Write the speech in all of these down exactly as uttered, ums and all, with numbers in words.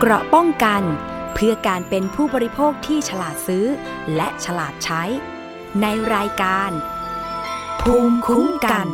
เกราะป้องกันเพื่อการเป็นผู้บริโภคที่ฉลาดซื้อและฉลาดใช้ในรายการภูมิคุ้มกัน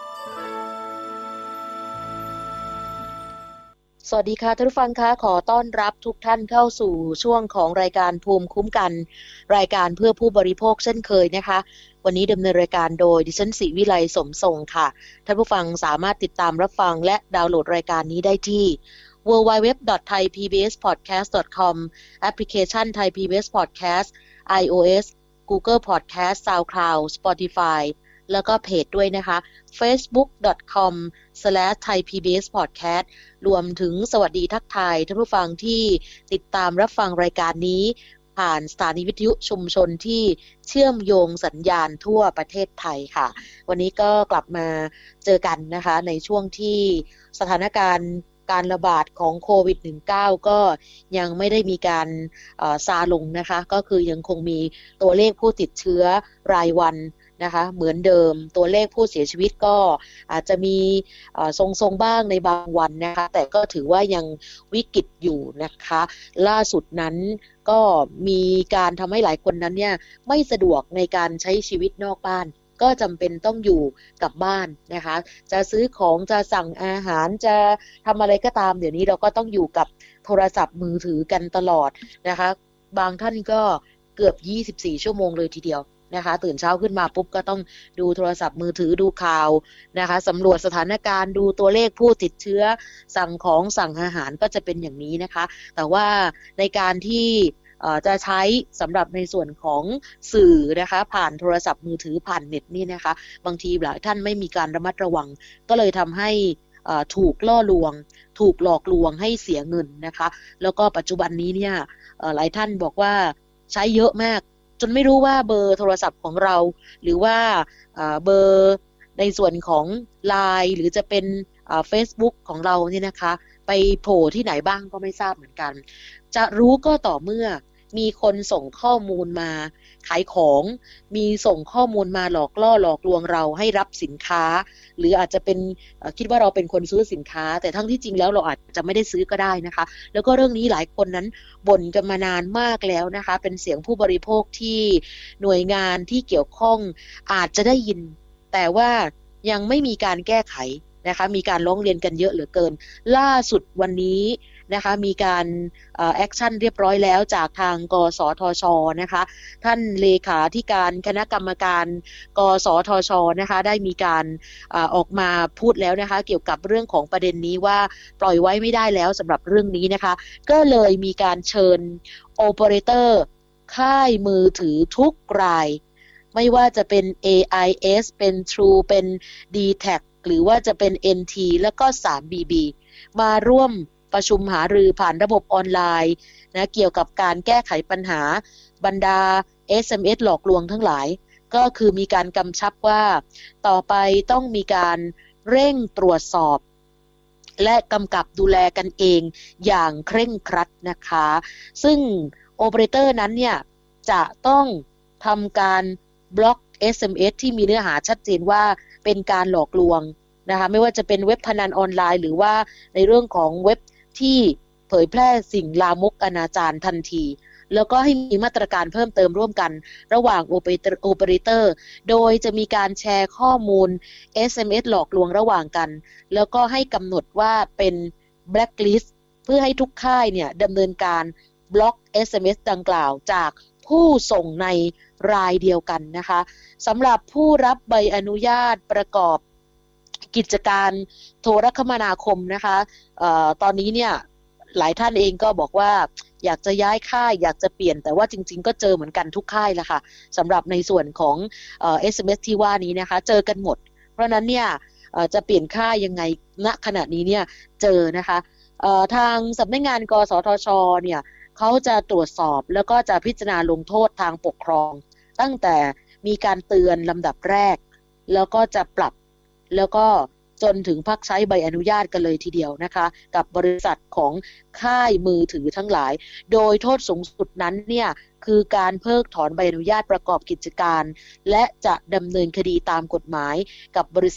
สวัสดีค่ะท่านผู้ฟังคะขอต้อนรับทุกท่านเข้าสู่ช่วงของรายการภูมิคุ้มกันรายการเพื่อผู้บริโภคเช่นเคยนะคะวันนี้ดำเนินรายการโดยดิฉันศรีวิไลสมทรงค่ะท่านผู้ฟังสามารถติดตามรับฟังและดาวน์โหลดรายการนี้ได้ที่ ดับเบิลยู ดับเบิลยู ดับเบิลยู ดอท ไทย พี บี เอส พอดแคสต์ ดอท คอม แอปพลิเคชัน Thai พี บี เอส Podcast iOS Google Podcast SoundCloud Spotify แล้วก็เพจด้วยนะคะ เฟซบุ๊ก ดอท คอม สแลช ไทย พี บี เอส พอดแคสต์ รวมถึงสวัสดีทักทายท่านผู้ฟังที่ติดตามรับฟังรายการนี้ผ่านสถานีวิทยุชุมชนที่เชื่อมโยงสัญญาณทั่วประเทศไทยค่ะวันนี้ก็กลับมาเจอกันนะคะในช่วงที่สถานการณ์การระบาดของโควิด สิบเก้า ก็ยังไม่ได้มีการซาลงนะคะก็คือยังคงมีตัวเลขผู้ติดเชื้อรายวันนะคะเหมือนเดิมตัวเลขผู้เสียชีวิตก็อาจจะมีทรงๆบ้างในบางวันนะคะแต่ก็ถือว่ายังวิกฤตอยู่นะคะล่าสุดนั้นก็มีการทำให้หลายคนนั้นเนี่ยไม่สะดวกในการใช้ชีวิตนอกบ้านก็จำเป็นต้องอยู่กับบ้านนะคะจะซื้อของจะสั่งอาหารจะทำอะไรก็ตามเดี๋ยวนี้เราก็ต้องอยู่กับโทรศัพท์มือถือกันตลอดนะคะบางท่านก็เกือบยี่สิบสี่ชั่วโมงเลยทีเดียวนะคะตื่นเช้าขึ้นมาปุ๊บก็ต้องดูโทรศัพท์มือถือดูข่าวนะคะสำรวจสถานการณ์ดูตัวเลขผู้ติดเชื้อสั่งของสั่งอาหารก็จะเป็นอย่างนี้นะคะแต่ว่าในการที่จะใช้สำหรับในส่วนของสื่อนะคะผ่านโทรศัพท์มือถือผ่านเน็ตนี่นะคะบางทีหลายท่านไม่มีการระมัดระวังก็เลยทำให้ถูกล่อลวงถูกหลอกลวงให้เสียเงินนะคะแล้วก็ปัจจุบันนี้เนี่ยหลายท่านบอกว่าใช้เยอะมากจนไม่รู้ว่าเบอร์โทรศัพท์ของเราหรือว่าเบอร์ในส่วนของ ไลน์ หรือจะเป็นเฟซบุ๊กของเราเนี่ยนะคะไปโผล่ที่ไหนบ้างก็ไม่ทราบเหมือนกันจะรู้ก็ต่อเมื่อมีคนส่งข้อมูลมาขายของมีส่งข้อมูลมาหลอกล่อหลอกลวงเราให้รับสินค้าหรืออาจจะเป็นคิดว่าเราเป็นคนซื้อสินค้าแต่ทั้งที่จริงแล้วเราอาจจะไม่ได้ซื้อก็ได้นะคะแล้วก็เรื่องนี้หลายคนนั้นบ่นกันมานานมากแล้วนะคะเป็นเสียงผู้บริโภคที่หน่วยงานที่เกี่ยวข้องอาจจะได้ยินแต่ว่ายังไม่มีการแก้ไขนะคะมีการร้องเรียนกันเยอะเหลือเกินล่าสุดวันนี้นะคะมีการแอคชั่นเรียบร้อยแล้วจากทางกสทช.นะคะท่านเลขาธิการคณะกรรมการกสทช.นะคะได้มีการออกมาพูดแล้วนะคะเกี่ยวกับเรื่องของประเด็นนี้ว่าปล่อยไว้ไม่ได้แล้วสำหรับเรื่องนี้นะคะก็เลยมีการเชิญโอเปอเรเตอร์ค่ายมือถือทุกรายไม่ว่าจะเป็น เอ ไอ เอส เป็น True เป็น ดี แท็ก หรือว่าจะเป็น เอ็น ที แล้วก็ ทรี บี บี มาร่วมประชุมหารือผ่านระบบออนไลน์นะเกี่ยวกับการแก้ไขปัญหาบรรดา เอส เอ็ม เอส หลอกลวงทั้งหลายก็คือมีการกำชับว่าต่อไปต้องมีการเร่งตรวจสอบและกำกับดูแลกันเองอย่างเคร่งครัดนะคะซึ่งโอเปอเรเตอร์นั้นเนี่ยจะต้องทำการบล็อก เอส เอ็ม เอส ที่มีเนื้อหาชัดเจนว่าเป็นการหลอกลวงนะคะไม่ว่าจะเป็นเว็บพนันออนไลน์หรือว่าในเรื่องของเว็บที่เผยแพร่สิ่งลามกอนาจารทันทีแล้วก็ให้มีมาตรการเพิ่มเติมร่วมกันระหว่างโอเปอเรเตอร์โดยจะมีการแชร์ข้อมูล เอส เอ็ม เอส หลอกลวงระหว่างกันแล้วก็ให้กำหนดว่าเป็นแบล็คลิสต์เพื่อให้ทุกค่ายเนี่ยดำเนินการบล็อก เอส เอ็ม เอส ดังกล่าวจากผู้ส่งในรายเดียวกันนะคะสำหรับผู้รับใบอนุญาตประกอบกิจการโทรคมนาคมนะคะเอ่อตอนนี้เนี่ยหลายท่านเองก็บอกว่าอยากจะย้ายค่ายอยากจะเปลี่ยนแต่ว่าจริงๆก็เจอเหมือนกันทุกค่ายแหละค่ะสำหรับในส่วนของเอ่อ เอส เอ็ม เอส ที่ว่านี้นะคะเจอกันหมดเพราะนั้นเนี่ยเอ่อจะเปลี่ยนค่ายยังไงณขณะนี้เนี่ยเจอนะคะเอ่อทางสำนักงานกสทช.เนี่ยเขาจะตรวจสอบแล้วก็จะพิจารณาลงโทษทางปกครองตั้งแต่มีการเตือนลำดับแรกแล้วก็จะปรับแล้วก็จนถึงพักใช้ใบอนุญาตกันเลยทีเดียวนะคะกับบริษัทของค่ายมือถือทั้งหลายโดยโทษสูงสุดนั้นเนี่ยคือการเพิกถอนใบอนุญาตประกอบกิจการและจะดำเนินคดีตามกฎหมายกับบริษัท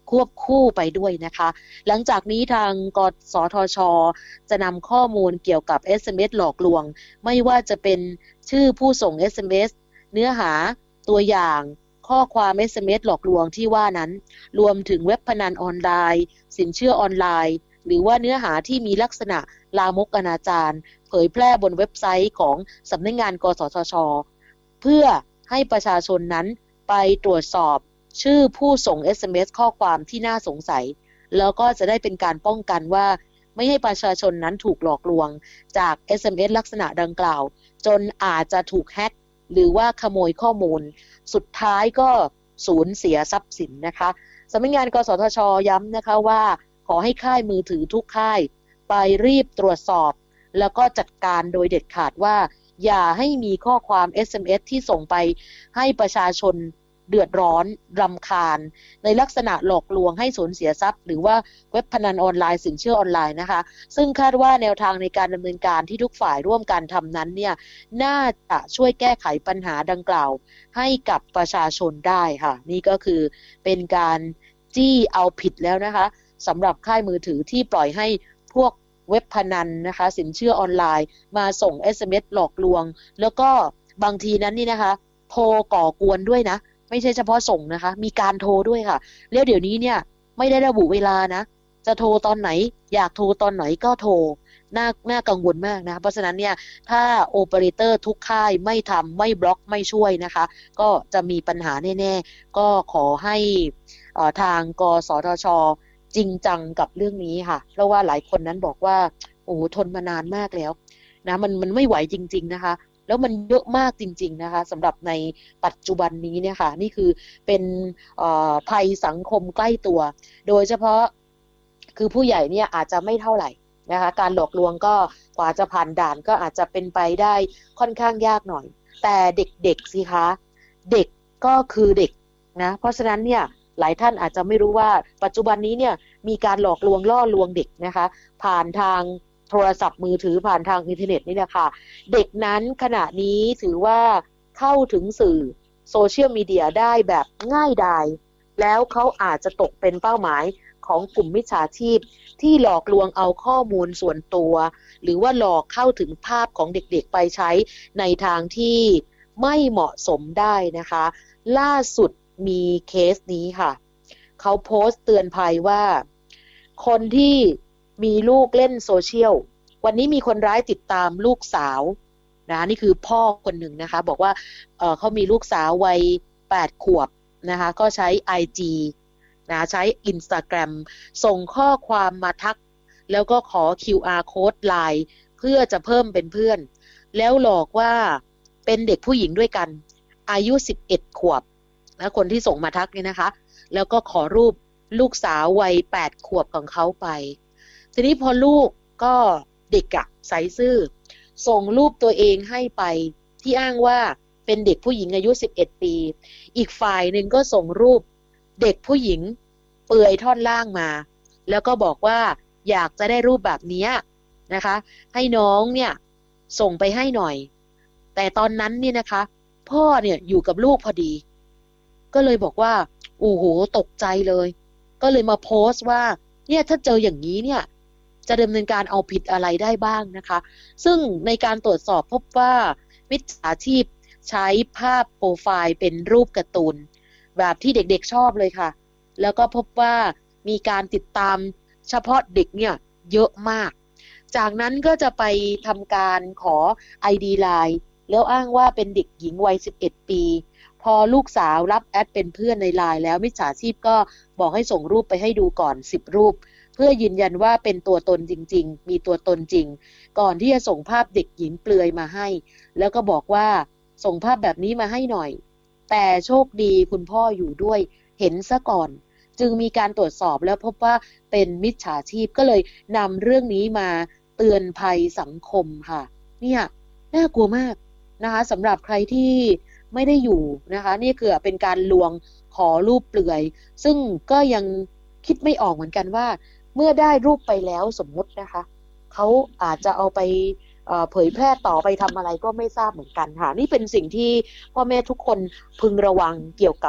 ควบคู่ไปด้วยนะคะหลังจากนี้ทางกสทช.จะนำข้อมูลเกี่ยวกับ เอส เอ็ม เอส หลอกลวงไม่ว่าจะเป็นชื่อผู้ส่ง เอส เอ็ม เอส เนื้อหาตัวอย่างข้อความ เอส เอ็ม เอส หลอกลวงที่ว่านั้นรวมถึงเว็บพนันออนไลน์สินเชื่อออนไลน์หรือว่าเนื้อหาที่มีลักษณะลามกอนาจารเผยแพร่บนเว็บไซต์ของสำนักงานกสทช.เพื่อให้ประชาชนนั้นไปตรวจสอบชื่อผู้ส่ง เอส เอ็ม เอส ข้อความที่น่าสงสัยแล้วก็จะได้เป็นการป้องกันว่าไม่ให้ประชาชนนั้นถูกหลอกลวงจาก เอส เอ็ม เอส ลักษณะดังกล่าวจนอาจจะถูกแฮ็กหรือว่าขโมยข้อมูลสุดท้ายก็สูญเสียทรัพย์สินนะคะสำนักงานกสทช.ย้ำนะคะว่าขอให้ค่ายมือถือทุกค่ายไปรีบตรวจสอบแล้วก็จัดการโดยเด็ดขาดว่าอย่าให้มีข้อความ เอส เอ็ม เอส ที่ส่งไปให้ประชาชนเดือดร้อนรำคาญในลักษณะหลอกลวงให้สูญเสียทรัพย์หรือว่าเว็บพนันออนไลน์สินเชื่อออนไลน์นะคะซึ่งคาดว่าแนวทางในการดำเนินการที่ทุกฝ่ายร่วมกันทำนั้นเนี่ยน่าจะช่วยแก้ไขปัญหาดังกล่าวให้กับประชาชนได้ค่ะนี่ก็คือเป็นการจี้เอาผิดแล้วนะคะสำหรับค่ายมือถือที่ปล่อยให้พวกเว็บพนันนะคะสินเชื่อออนไลน์มาส่ง เอส เอ็ม เอส หลอกลวงแล้วก็บางทีนั้นนี่นะคะโทรก่อกวนด้วยนะไม่ใช่เฉพาะส่งนะคะมีการโทรด้วยค่ะแล้วเดี๋ยวนี้เนี่ยไม่ได้ระบุเวลานะจะโทรตอนไหนอยากโทรตอนไหนก็โทรน่าน่ากังวลมากนะเพราะฉะนั้นเนี่ยถ้าโอเปอเรเตอร์ทุกค่ายไม่ทำไม่บล็อกไม่ช่วยนะคะก็จะมีปัญหาแน่ๆก็ขอให้ทางกสทช.จริงจังกับเรื่องนี้ค่ะเพราะว่าหลายคนนั้นบอกว่าโอ้ทนมานานมากแล้วนะมันมันไม่ไหวจริงๆนะคะแล้วมันเยอะมากจริงๆนะคะสำหรับในปัจจุบันนี้เนี่ยค่ะนี่คือเป็นภัยสังคมใกล้ตัวโดยเฉพาะคือผู้ใหญ่เนี่ยอาจจะไม่เท่าไหร่นะคะการหลอกลวงก็กว่าจะผ่านด่านก็อาจจะเป็นไปได้ค่อนข้างยากหน่อยแต่เด็กๆสิคะเด็กก็คือเด็กนะเพราะฉะนั้นเนี่ยหลายท่านอาจจะไม่รู้ว่าปัจจุบันนี้เนี่ยมีการหลอกลวงล่อลวงเด็กนะคะผ่านทางโทรศัพท์มือถือผ่านทางอินเทอร์เน็ตนี่นะคะเด็กนั้นขณะนี้ถือว่าเข้าถึงสื่อโซเชียลมีเดียได้แบบง่ายดายแล้วเขาอาจจะตกเป็นเป้าหมายของกลุ่มมิจฉาชีพที่หลอกลวงเอาข้อมูลส่วนตัวหรือว่าหลอกเข้าถึงภาพของเด็กๆไปใช้ในทางที่ไม่เหมาะสมได้นะคะล่าสุดมีเคสนี้ค่ะเขาโพสต์เตือนภัยว่าคนที่มีลูกเล่นโซเชียลวันนี้มีคนร้ายติดตามลูกสาวนะนี่คือพ่อคนหนึ่งนะคะบอกว่า เอ่อ เขามีลูกสาววัยแปดขวบนะคะก็ใช้ ไอ จี นะใช้ Instagram ส่งข้อความมาทักแล้วก็ขอ คิว อาร์ Code ไลน์ เพื่อจะเพิ่มเป็นเพื่อนแล้วหลอกว่าเป็นเด็กผู้หญิงด้วยกันอายุสิบเอ็ดขวบนะคนที่ส่งมาทักนี่นะคะแล้วก็ขอรูปลูกสาววัยแปดขวบของเขาไปทีนี้พอลูกก็เด็กอะใสซื่อส่งรูปตัวเองให้ไปที่อ้างว่าเป็นเด็กผู้หญิงอายุสิบเอ็ดปีอีกฝ่ายหนึ่งก็ส่งรูปเด็กผู้หญิงเปลือยท่อนล่างมาแล้วก็บอกว่าอยากจะได้รูปแบบนี้นะคะให้น้องเนี่ยส่งไปให้หน่อยแต่ตอนนั้นเนี่ยนะคะพ่อเนี่ยอยู่กับลูกพอดีก็เลยบอกว่าโอ้โหตกใจเลยก็เลยมาโพสต์ว่าเนี่ยถ้าเจออย่างนี้เนี่ยจะดำเนินการเอาผิดอะไรได้บ้างนะคะซึ่งในการตรวจสอบพบว่ามิจฉาชีพใช้ภาพโปรไฟล์เป็นรูปการ์ตูนแบบที่เด็กๆชอบเลยค่ะแล้วก็พบว่ามีการติดตามเฉพาะเด็กเนี่ยเยอะมากจากนั้นก็จะไปทำการขอ ไอ ดี Line แล้วอ้างว่าเป็นเด็กหญิงวัยสิบเอ็ดปีพอลูกสาวรับแอดเป็นเพื่อนใน ไลน์ แล้วมิจฉาชีพก็บอกให้ส่งรูปไปให้ดูก่อนสิบรูปเพื่อยืนยันว่าเป็นตัวตนจริงๆมีตัวตนจริงก่อนที่จะส่งภาพเด็กหญิงเปลือยมาให้แล้วก็บอกว่าส่งภาพแบบนี้มาให้หน่อยแต่โชคดีคุณพ่ออยู่ด้วยเห็นซะก่อนจึงมีการตรวจสอบแล้วพบว่าเป็นมิจฉาชีพก็เลยนำเรื่องนี้มาเตือนภัยสังคมค่ะเนี่ยน่ากลัวมากนะคะสำหรับใครที่ไม่ได้อยู่นะคะนี่คือเป็นการลวงขอรูปเปลือยซึ่งก็ยังคิดไม่ออกเหมือนกันว่าเมื่อได้รูปไปแล้วสมมตินะคะเขาอาจจะเอาไปเอ่อเผยแพร่ต่อไปทำอะไรก็ไม่ทราบเหมือนกันค่ะนี่เป็นสิ่งที่พ่อแม่ทุกคนพึงระวังเกี่ยวกับ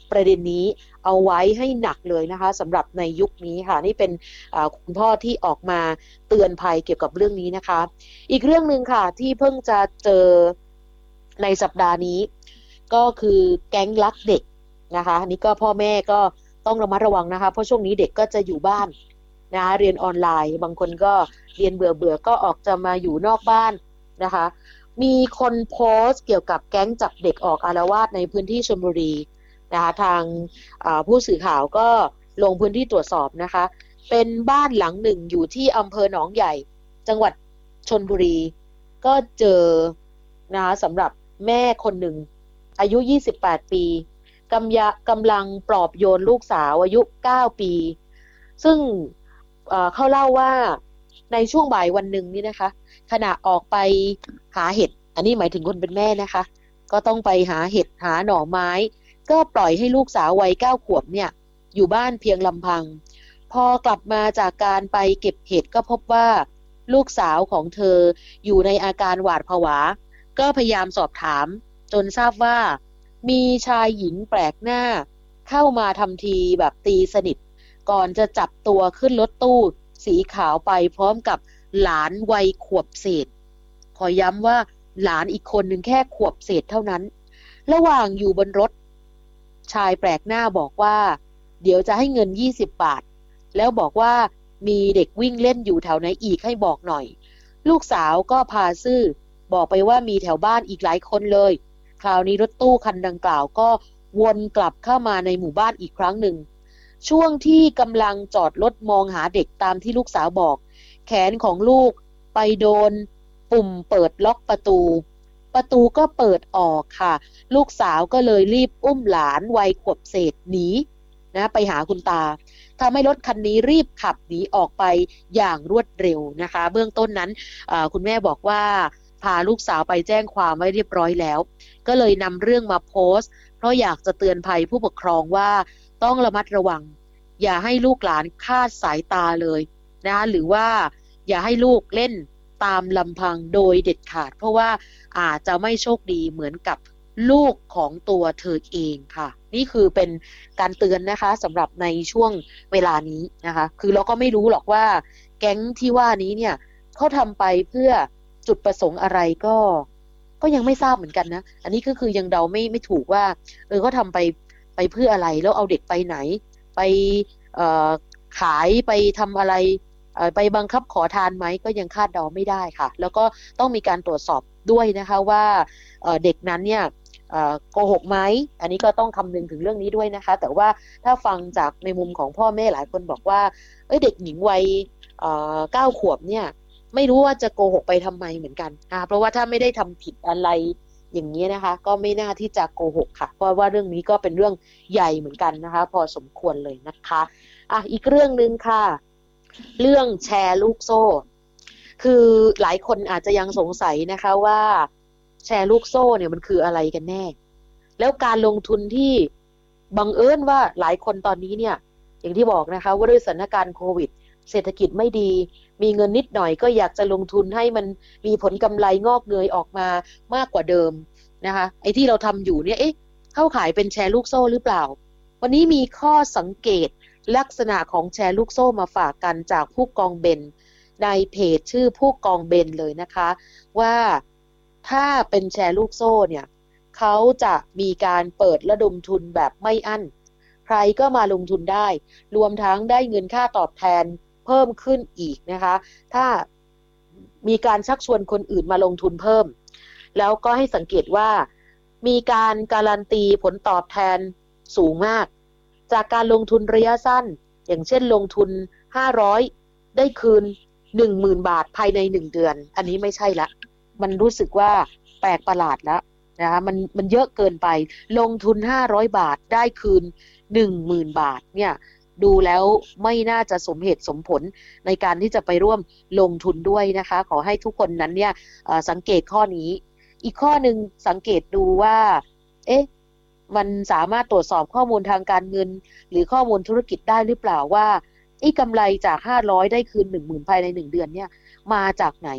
ประเด็นนี้เอาไว้ให้หนักเลยนะคะสำหรับในยุคนี้ค่ะนี่เป็นคุณพ่อที่ออกมาเตือนภัยเกี่ยวกับเรื่องนี้นะคะอีกเรื่องนึงค่ะที่เพิ่งจะเจอในสัปดาห์นี้ก็คือแก๊งลักเด็กนะคะนี่ก็พ่อแม่ก็ต้องระมัดระวังนะคะเพราะช่วงนี้เด็กก็จะอยู่บ้านนะคะเรียนออนไลน์บางคนก็เรียนเบื่อเบื่อก็ออกจะมาอยู่นอกบ้านนะคะมีคนโพสต์เกี่ยวกับแก๊งจับเด็กออกอาละวาดในพื้นที่ชลบุรีนะคะทางผู้สื่อข่าวก็ลงพื้นที่ตรวจสอบนะคะเป็นบ้านหลังหนึ่งอยู่ที่อำเภอหนองใหญ่จังหวัดชลบุรีก็เจอนะคะสำหรับแม่คนหนึ่งอายุยี่สิบแปดปีกำยะกำลังปลอบโยนลูกสาวอายุเก้าปีซึ่ง เอ่อ เขาเล่าว่าในช่วงบ่ายวันหนึ่งนี่นะคะขณะออกไปหาเห็ดอันนี้หมายถึงคนเป็นแม่นะคะก็ต้องไปหาเห็ดหาหน่อไม้ก็ปล่อยให้ลูกสาววัยเก้าขวบเนี่ยอยู่บ้านเพียงลำพังพอกลับมาจากการไปเก็บเห็ดก็พบว่าลูกสาวของเธออยู่ในอาการหวาดผวาก็พยายามสอบถามจนทราบว่ามีชายหญิงแปลกหน้าเข้ามาทำทีแบบตีสนิทก่อนจะจับตัวขึ้นรถตู้สีขาวไปพร้อมกับหลานวัยขวบเศษขอย้ำว่าหลานอีกคนหนึ่งแค่ขวบเศษเท่านั้นระหว่างอยู่บนรถชายแปลกหน้าบอกว่าเดี๋ยวจะให้เงินยี่สิบบาทแล้วบอกว่ามีเด็กวิ่งเล่นอยู่แถวไหนอีกให้บอกหน่อยลูกสาวก็พาซื่อบอกไปว่ามีแถวบ้านอีกหลายคนเลยคราวนี้รถตู้คันดังกล่าวก็วนกลับเข้ามาในหมู่บ้านอีกครั้งหนึ่งช่วงที่กำลังจอดรถมองหาเด็กตามที่ลูกสาวบอกแขนของลูกไปโดนปุ่มเปิดล็อกประตูประตูก็เปิดออกค่ะลูกสาวก็เลยรีบอุ้มหลานวัยขวบเศษหนีนะไปหาคุณตาทำให้รถคันนี้รีบขับหนีออกไปอย่างรวดเร็วนะคะเบื้องต้นนั้นคุณแม่บอกว่าพาลูกสาวไปแจ้งความไว้เรียบร้อยแล้วก็เลยนำเรื่องมาโพสต์เพราะอยากจะเตือนภัยผู้ปกครองว่าต้องระมัดระวังอย่าให้ลูกหลานคลาดสายตาเลยนะหรือว่าอย่าให้ลูกเล่นตามลำพังโดยเด็ดขาดเพราะว่าอาจจะไม่โชคดีเหมือนกับลูกของตัวเธอเองค่ะนี่คือเป็นการเตือนนะคะสำหรับในช่วงเวลานี้นะคะคือเราก็ไม่รู้หรอกว่าแก๊งที่ว่านี้เนี่ยเขาทำไปเพื่อจุดประสงค์อะไรก็ก็ยังไม่ทราบเหมือนกันนะอันนี้ก็คือยังเดาไม่ไม่ถูกว่าเออเขาทำไปไปเพื่ออะไรแล้วเอาเด็กไปไหนไปเอ่อขายไปทำอะไรไปบังคับขอทานไหมก็ยังคาดเดาไม่ได้ค่ะแล้วก็ต้องมีการตรวจสอบด้วยนะคะว่าเด็กนั้นเนี่ยโกหกไหมอันนี้ก็ต้องคำนึงถึงเรื่องนี้ด้วยนะคะแต่ว่าถ้าฟังจากในมุมของพ่อแม่หลายคนบอกว่าเอ้ยเด็กหญิงวัยเก้าขวบเนี่ยไม่รู้ว่าจะโกหกไปทำไมเหมือนกันนะคะเพราะว่าถ้าไม่ได้ทำผิดอะไรอย่างนี้นะคะก็ไม่น่าที่จะโกหกค่ะเพราะว่าเรื่องนี้ก็เป็นเรื่องใหญ่เหมือนกันนะคะพอสมควรเลยนะคะอ่ะอีกเรื่องนึงค่ะเรื่องแชร์ลูกโซ่คือหลายคนอาจจะยังสงสัยนะคะว่าแชร์ลูกโซ่เนี่ยมันคืออะไรกันแน่แล้วการลงทุนที่บังเอิญว่าหลายคนตอนนี้เนี่ยอย่างที่บอกนะคะว่าด้วยสถานการณ์โควิดเศรษฐกิจไม่ดีมีเงินนิดหน่อยก็อยากจะลงทุนให้มันมีผลกำไรงอกเงยออกมามากกว่าเดิมนะคะไอ้ที่เราทำอยู่เนี่ยเอ๊ะเข้าขายเป็นแชร์ลูกโซ่หรือเปล่าวันนี้มีข้อสังเกตลักษณะของแชร์ลูกโซ่มาฝากกันจากผู้กองเบนในเพจชื่อผู้กองเบนเลยนะคะว่าถ้าเป็นแชร์ลูกโซ่เนี่ยเขาจะมีการเปิดระดมทุนแบบไม่อั้นใครก็มาลงทุนได้รวมทั้งได้เงินค่าตอบแทนเพิ่มขึ้นอีกนะคะถ้ามีการชักชวนคนอื่นมาลงทุนเพิ่มแล้วก็ให้สังเกตว่ามีการการันตีผลตอบแทนสูงมากจากการลงทุนระยะสั้นอย่างเช่นลงทุนห้าร้อยได้คืน หนึ่งหมื่น บาทภายในหนึ่งเดือนอันนี้ไม่ใช่ละมันรู้สึกว่าแปลกประหลาดแล้วนะคะมันมันเยอะเกินไปลงทุนห้าร้อยบาทได้คืน หนึ่งหมื่น บาทเนี่ยดูแล้วไม่น่าจะสมเหตุสมผลในการที่จะไปร่วมลงทุนด้วยนะคะขอให้ทุกคนนั้นเนี่ยสังเกตข้อนี้อีกข้อนึงสังเกตดูว่าเอ๊ะมันสามารถตรวจสอบข้อมูลทางการเงินหรือข้อมูลธุรกิจได้หรือเปล่าว่าไอ้กำไรจากห้าร้อยได้คืน หนึ่งหมื่น ภายในหนึ่งเดือนเนี่ยมาจากไหน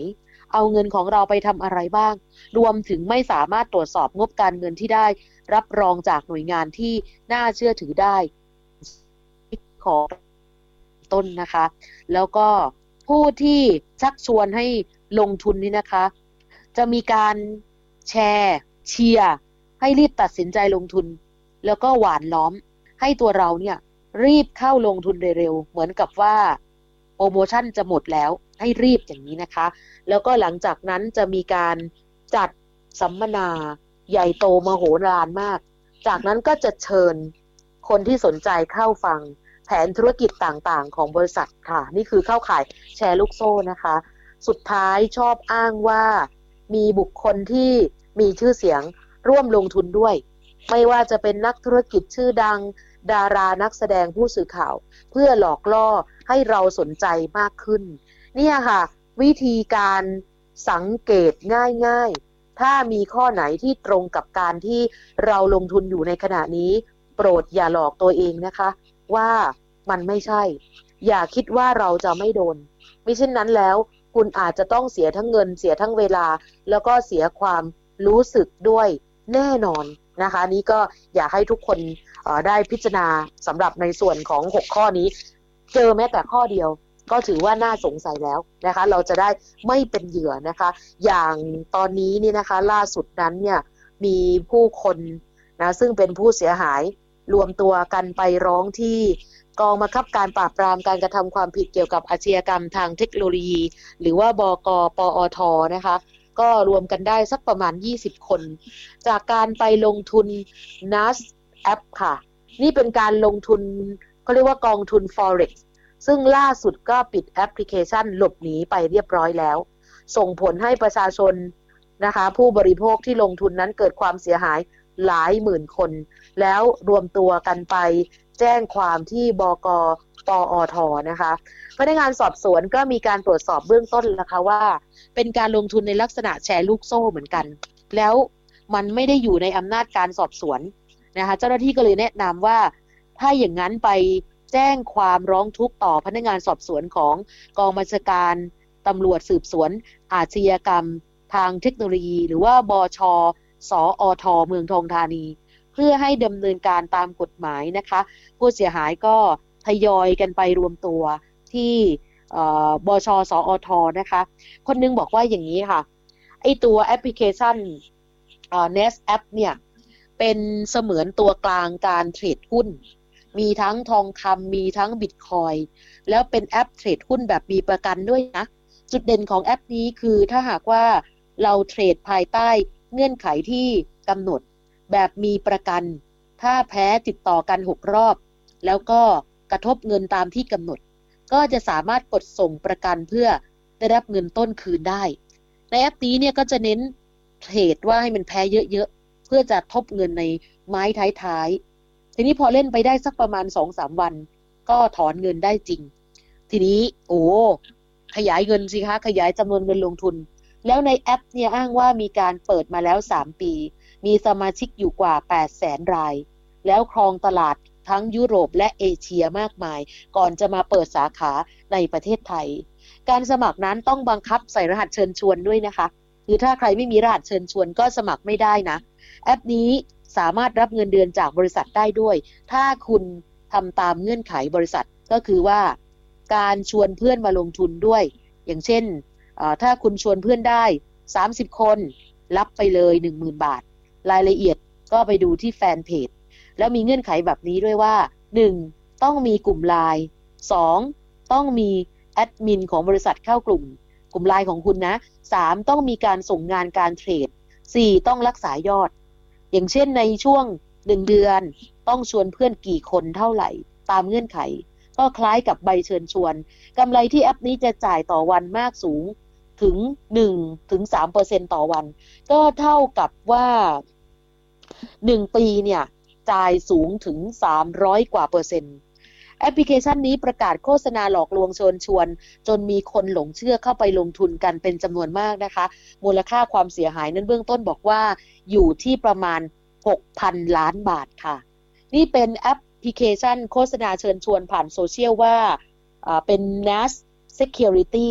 เอาเงินของเราไปทำอะไรบ้างรวมถึงไม่สามารถตรวจสอบงบการเงินที่ได้รับรองจากหน่วยงานที่น่าเชื่อถือได้ของต้นนะคะแล้วก็ผู้ที่ชักชวนให้ลงทุนนี่นะคะจะมีการแชร์เชียร์ให้รีบตัดสินใจลงทุนแล้วก็หวานล้อมให้ตัวเราเนี่ยรีบเข้าลงทุนเร็วๆเหมือนกับว่าโปรโมชั่นจะหมดแล้วให้รีบอย่างนี้นะคะแล้วก็หลังจากนั้นจะมีการจัดสัมมนาใหญ่โตมโหฬารมากจากนั้นก็จะเชิญคนที่สนใจเข้าฟังแผนธุรกิจต่างๆของบริษัทค่ะนี่คือเข้าข่ายแชร์ลูกโซ่นะคะสุดท้ายชอบอ้างว่ามีบุคคลที่มีชื่อเสียงร่วมลงทุนด้วยไม่ว่าจะเป็นนักธุรกิจชื่อดังดารานักแสดงผู้สื่อข่าวเพื่อหลอกล่อให้เราสนใจมากขึ้นเนี่ยค่ะวิธีการสังเกตง่ายๆถ้ามีข้อไหนที่ตรงกับการที่เราลงทุนอยู่ในขณะนี้โปรดอย่าหลอกตัวเองนะคะว่ามันไม่ใช่อย่าคิดว่าเราจะไม่โดนไม่เช่นนั้นแล้วคุณอาจจะต้องเสียทั้งเงินเสียทั้งเวลาแล้วก็เสียความรู้สึกด้วยแน่นอนนะคะนี้ก็อยากให้ทุกคนได้พิจารณาสำหรับในส่วนของหกข้อนี้เจอแม้แต่ข้อเดียวก็ถือว่าน่าสงสัยแล้วนะคะเราจะได้ไม่เป็นเหยื่อนะคะอย่างตอนนี้นี่นะคะล่าสุดนั้นเนี่ยมีผู้คนนะซึ่งเป็นผู้เสียหายรวมตัวกันไปร้องที่กองบังคับการปราบปรามการกระทำความผิดเกี่ยวกับอาชญากรรมทางเทคโนโลยีหรือว่าบก.ปอท.นะคะก็รวมกันได้สักประมาณยี่สิบคนจากการไปลงทุน เอ็น เอ เอส แอป ค่ะนี่เป็นการลงทุนเขาเรียกว่ากองทุน Forex ซึ่งล่าสุดก็ปิดแอปพลิเคชันหลบหนีไปเรียบร้อยแล้วส่งผลให้ประชาชนนะคะผู้บริโภคที่ลงทุนนั้นเกิดความเสียหายหลายหมื่นคนแล้วรวมตัวกันไปแจ้งความที่บก.ปอท.นะคะพนักงานสอบสวนก็มีการตรวจสอบเบื้องต้นนะคะว่าเป็นการลงทุนในลักษณะแชร์ลูกโซ่เหมือนกันแล้วมันไม่ได้อยู่ในอำนาจการสอบสวนนะคะเจ้าหน้าที่ก็เลยแนะนำว่าถ้าอย่างนั้นไปแจ้งความร้องทุกข์ต่อพนักงานสอบสวนของกองบัญชาการตำรวจสืบสวนอาชญากรรมทางเทคโนโลยีหรือว่าบช.สอท.เมืองทองธานีเพื่อให้ดำเนินการตามกฎหมายนะคะผู้เสียหายก็ทยอยกันไปรวมตัวที่บช.สอท.นะคะคนนึงบอกว่าอย่างนี้ค่ะไอตัวแอปพลิเคชันเอ่อ เอ็น เอ เอส แอป เนี่ยเป็นเสมือนตัวกลางการเทรดหุ้นมีทั้งทองคำมีทั้งบิตคอยน์แล้วเป็นแอปเทรดหุ้นแบบมีประกันด้วยนะจุดเด่นของแอปนี้คือถ้าหากว่าเราเทรดภายใต้เงื่อนไขที่กำหนดแบบมีประกันถ้าแพ้ติดต่อกันหกรอบแล้วก็กระทบเงินตามที่กำหนดก็จะสามารถกดส่งประกันเพื่อได้รับเงินต้นคืนได้ในแอปนี้เนี่ยก็จะเน้นเทรดว่าให้มันแพ้เยอะๆเพื่อจะทบเงินในไม้ท้ายๆทีนี้พอเล่นไปได้สักประมาณ สองถึงสาม วันก็ถอนเงินได้จริงทีนี้โอ้ขยายเงินสิคะขยายจำนวนเงินลงทุนแล้วในแอปเนี่ยอ้างว่ามีการเปิดมาแล้วสามปีมีสมาชิกอยู่กว่า แปดแสน รายแล้วครองตลาดทั้งยุโรปและเอเชียมากมายก่อนจะมาเปิดสาขาในประเทศไทยการสมัครนั้นต้องบังคับใส่รหัสเชิญชวนด้วยนะคะคือถ้าใครไม่มีรหัสเชิญชวนก็สมัครไม่ได้นะแอปนี้สามารถรับเงินเดือนจากบริษัทได้ด้วยถ้าคุณทำตามเงื่อนไขบริษัทก็คือว่าการชวนเพื่อนมาลงทุนด้วยอย่างเช่นถ้าคุณชวนเพื่อนได้สามสิบคนรับไปเลย หนึ่งหมื่น บาทรายละเอียดก็ไปดูที่แฟนเพจแล้วมีเงื่อนไขแบบนี้ด้วยว่าหนึ่งต้องมีกลุ่ม ไลน์ สองต้องมีแอดมินของบริษัทเข้ากลุ่มกลุ่ม ไลน์ ของคุณนะสามต้องมีการส่งงานการเทรดสี่ต้องรักษายอดอย่างเช่นในช่วงหนึ่งเดือนต้องชวนเพื่อนกี่คนเท่าไหร่ตามเงื่อนไขก็คล้ายกับใบเชิญชวนกำไรที่แอปนี้จะจ่ายต่อวันมากสูงถึง หนึ่งถึงสามเปอร์เซ็นต์ ต่อวันก็เท่ากับว่าหนึ่งปีเนี่ยจ่ายสูงถึงสามร้อยกว่าเปอร์เซ็นต์แอปพลิเคชันนี้ประกาศโฆษณาหลอกลวงเชิญชวนจนมีคนหลงเชื่อเข้าไปลงทุนกันเป็นจำนวนมากนะคะมูลค่าความเสียหายนั้นเบื้องต้นบอกว่าอยู่ที่ประมาณ หกพัน ล้านบาทค่ะนี่เป็นแอปพลิเคชันโฆษณาเชิญชวนผ่านโซเชียลว่าเป็น เอ็น เอ เอส Security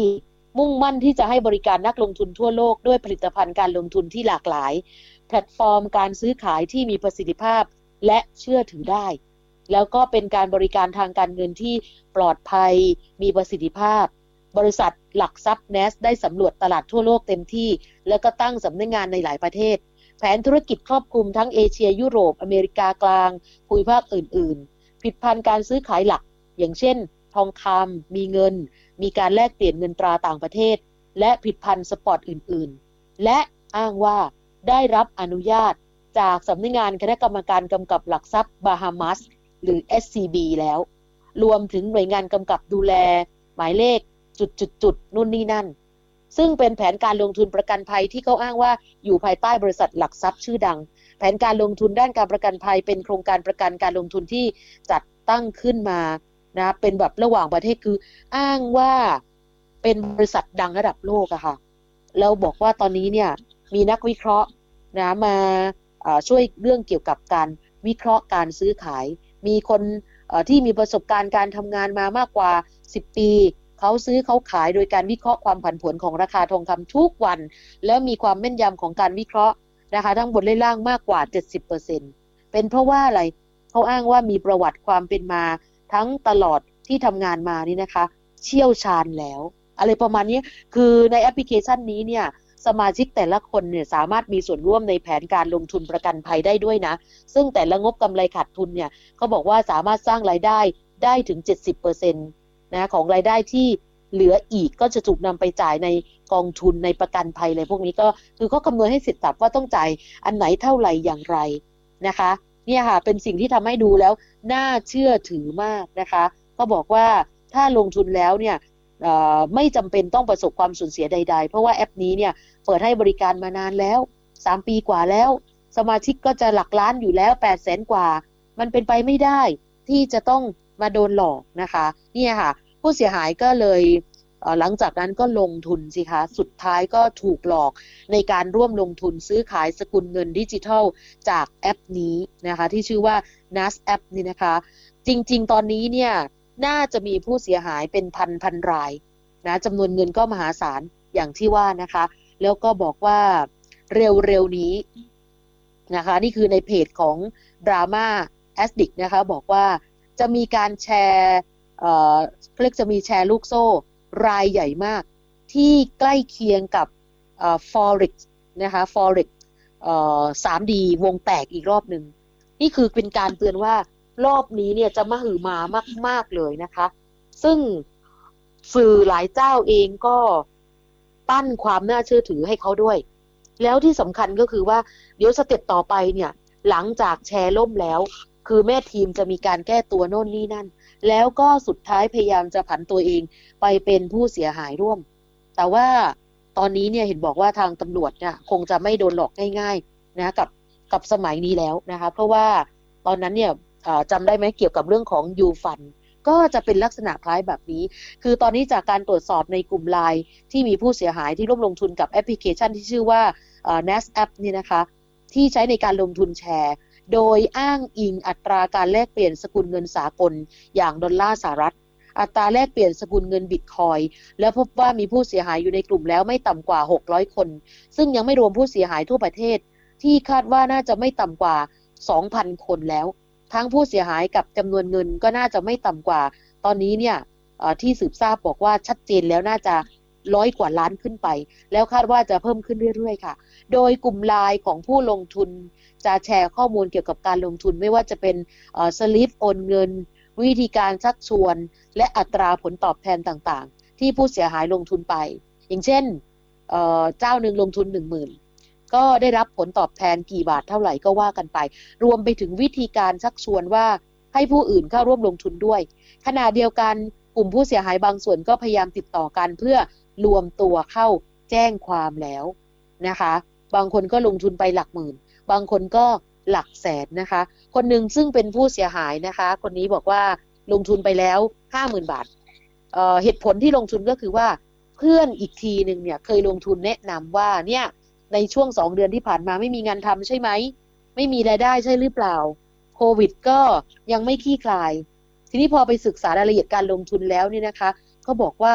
มุ่งมั่นที่จะให้บริการนักลงทุนทั่วโลกด้วยผลิตภัณฑ์การลงทุนที่หลากหลายแพลตฟอร์มการซื้อขายที่มีประสิทธิภาพและเชื่อถือได้แล้วก็เป็นการบริการทางการเงินที่ปลอดภัยมีประสิทธิภาพบริษัทหลักทรัพย์ เน เอส ได้สำรวจตลาดทั่วโลกเต็มที่แล้วก็ตั้งสำนักงานในหลายประเทศแผนธุรกิจครอบคลุมทั้งเอเชียยุโรปอเมริกากลางภูมิภาคอื่นๆผลิตภัณฑ์การซื้อขายหลักอย่างเช่นทองคำมีเงินมีการแลกเปลี่ยนเงินตราต่างประเทศและผลิตภัณฑ์สปอร์ตอื่นๆและอ้างว่าได้รับอนุญาตจากสำนักงานคณะกรรมการกำกับหลักทรัพย์บาฮามัสหรือ เอส ซี บี แล้วรวมถึงหน่วยงานกำกับดูแลหมายเลขจุดๆๆนู่นนี่นั่นซึ่งเป็นแผนการลงทุนประกันภัยที่เขาอ้างว่าอยู่ภายใต้บริษัทหลักทรัพย์ชื่อดังแผนการลงทุนด้านการประกันภัยเป็นโครงการประกันการลงทุนที่จัดตั้งขึ้นมานะเป็นแบบระหว่างประเทศคืออ้างว่าเป็นบริษัทดังระดับโลกอะค่ะแล้วบอกว่าตอนนี้เนี่ยมีนักวิเคราะห์นะมาช่วยเรื่องเกี่ยวกับการวิเคราะห์การซื้อขายมีคนที่มีประสบการณ์การทำงานมามากกว่าสิบปีเขาซื้อเขาขายโดยการวิเคราะห์ความผันผวนของราคาทองคำทุกวันแล้วมีความแม่นยำของการวิเคราะห์นะคะทั้งบนและล่างมากกว่า เจ็ดสิบเปอร์เซ็นต์ เป็นเพราะว่าอะไรเขาอ้างว่ามีประวัติความเป็นมาทั้งตลอดที่ทำงานมานี่นะคะเชี่ยวชาญแล้วอะไรประมาณนี้คือในแอปพลิเคชันนี้เนี่ยสมาชิกแต่ละคนเนี่ยสามารถมีส่วนร่วมในแผนการลงทุนประกันภัยได้ด้วยนะซึ่งแต่ละงบกำไรขาดทุนเนี่ยเขาบอกว่าสามารถสร้างรายได้ได้ถึง เจ็ดสิบเปอร์เซ็นต์ นะของรายได้ที่เหลืออีกก็จะถูกนำไปจ่ายในกองทุนในประกันภัยอะไรพวกนี้ก็คือเขาคำนวณให้เสร็จสับว่าต้องจ่ายอันไหนเท่าไหร่อย่างไรนะคะเนี่ยค่ะเป็นสิ่งที่ทำให้ดูแล้วน่าเชื่อถือมากนะคะก็บอกว่าถ้าลงทุนแล้วเนี่ยไม่จำเป็นต้องประสบความสูญเสียใดๆเพราะว่าแอปนี้เนี่ยเปิดให้บริการมานานแล้วสามปีกว่าแล้วสมาชิกก็จะหลักล้านอยู่แล้ว แปดแสน กว่ามันเป็นไปไม่ได้ที่จะต้องมาโดนหลอกนะคะเนี่ยค่ะผู้เสียหายก็เลยเอ่อหลังจากนั้นก็ลงทุนสิคะสุดท้ายก็ถูกหลอกในการร่วมลงทุนซื้อขายสกุลเงินดิจิทัลจากแอปนี้นะคะที่ชื่อว่า เอ็น เอ เอส แอปนี่นะคะจริงๆตอนนี้เนี่ยน่าจะมีผู้เสียหายเป็นพันพันรายนะจำนวนเงินก็มหาศาลอย่างที่ว่านะคะแล้วก็บอกว่าเร็วๆนี้นะคะนี่คือในเพจของ Drama Addict นะคะบอกว่าจะมีการแชร์เอ่อเรียกจะมีแชร์ลูกโซ่รายใหญ่มากที่ใกล้เคียงกับเอ่อ Forex นะคะ Forex เอ่อ ทรี ดี วงแตกอีกรอบนึงนี่คือเป็นการเตือนว่ารอบนี้เนี่ยจะมหึมามากๆเลยนะคะซึ่งสื่อหลายเจ้าเองก็ปั้นความน่าเชื่อถือให้เขาด้วยแล้วที่สำคัญก็คือว่าเดี๋ยวสเต็ปต่อไปเนี่ยหลังจากแชร์ล่มแล้วคือแม่ทีมจะมีการแก้ตัวโน่นนี่นั่นแล้วก็สุดท้ายพยายามจะผันตัวเองไปเป็นผู้เสียหายร่วมแต่ว่าตอนนี้เนี่ยเห็นบอกว่าทางตำรวจเนี่ยคงจะไม่โดนหลอกง่ายๆนะกับกับสมัยนี้แล้วนะคะเพราะว่าตอนนั้นเนี่ยจำได้ไหมเกี่ยวกับเรื่องของยูฟันก็จะเป็นลักษณะคล้ายแบบนี้คือตอนนี้จากการตรวจสอบในกลุ่ม ไลน์ ที่มีผู้เสียหายที่ร่วมลงทุนกับแอปพลิเคชันที่ชื่อว่า เอ็น เอ เอส แอปนี่นะคะที่ใช้ในการลงทุนแชร์โดยอ้างอิงอัตราการแลกเปลี่ยนสกุลเงินสากลอย่างดอลลาร์สหรัฐอัตราแลกเปลี่ยนสกุลเงินบิตคอยน์และพบว่ามีผู้เสียหายอยู่ในกลุ่มแล้วไม่ต่ำกว่าหกร้อยคนซึ่งยังไม่รวมผู้เสียหายทั่วประเทศที่คาดว่าน่าจะไม่ต่ำกว่า สองพัน คนแล้วทั้งผู้เสียหายกับจำนวนเงินก็น่าจะไม่ต่ำกว่าตอนนี้เนี่ยที่สืบทราบบอกว่าชัดเจนแล้วน่าจะร้อยกว่าล้านขึ้นไปแล้วคาดว่าจะเพิ่มขึ้นเรื่อยๆค่ะโดยกลุ่ม ไลน์ ของผู้ลงทุนจะแชร์ข้อมูลเกี่ยวกับการลงทุนไม่ว่าจะเป็นสลิปโอนเงินวิธีการชักชวนและอัตราผลตอบแทนต่างๆที่ผู้เสียหายลงทุนไปอย่างเช่นเอ่อเจ้าหนึ่งลงทุน หนึ่งหมื่น ก็ได้รับผลตอบแทนกี่บาทเท่าไหร่ก็ว่ากันไปรวมไปถึงวิธีการชักชวนว่าให้ผู้อื่นเข้าร่วมลงทุนด้วยขณะเดียวกันกลุ่มผู้เสียหายบางส่วนก็พยายามติดต่อกันเพื่อรวมตัวเข้าแจ้งความแล้วนะคะบางคนก็ลงทุนไปหลักหมื่นบางคนก็หลักแสนนะคะคนหนึ่งซึ่งเป็นผู้เสียหายนะคะคนนี้บอกว่าลงทุนไปแล้ว ห้าหมื่น บาท เอ่อเหตุผลที่ลงทุนก็คือว่าเพื่อนอีกทีนึงเนี่ยเคยลงทุนแนะนำว่าเนี่ยในช่วงสองเดือนที่ผ่านมาไม่มีงานทำใช่ไหมไม่มีรายได้ใช่หรือเปล่าโควิดก็ยังไม่คลี่คลายทีนี้พอไปศึกษารายละเอียดการลงทุนแล้วเนี่ยนะคะเขาบอกว่า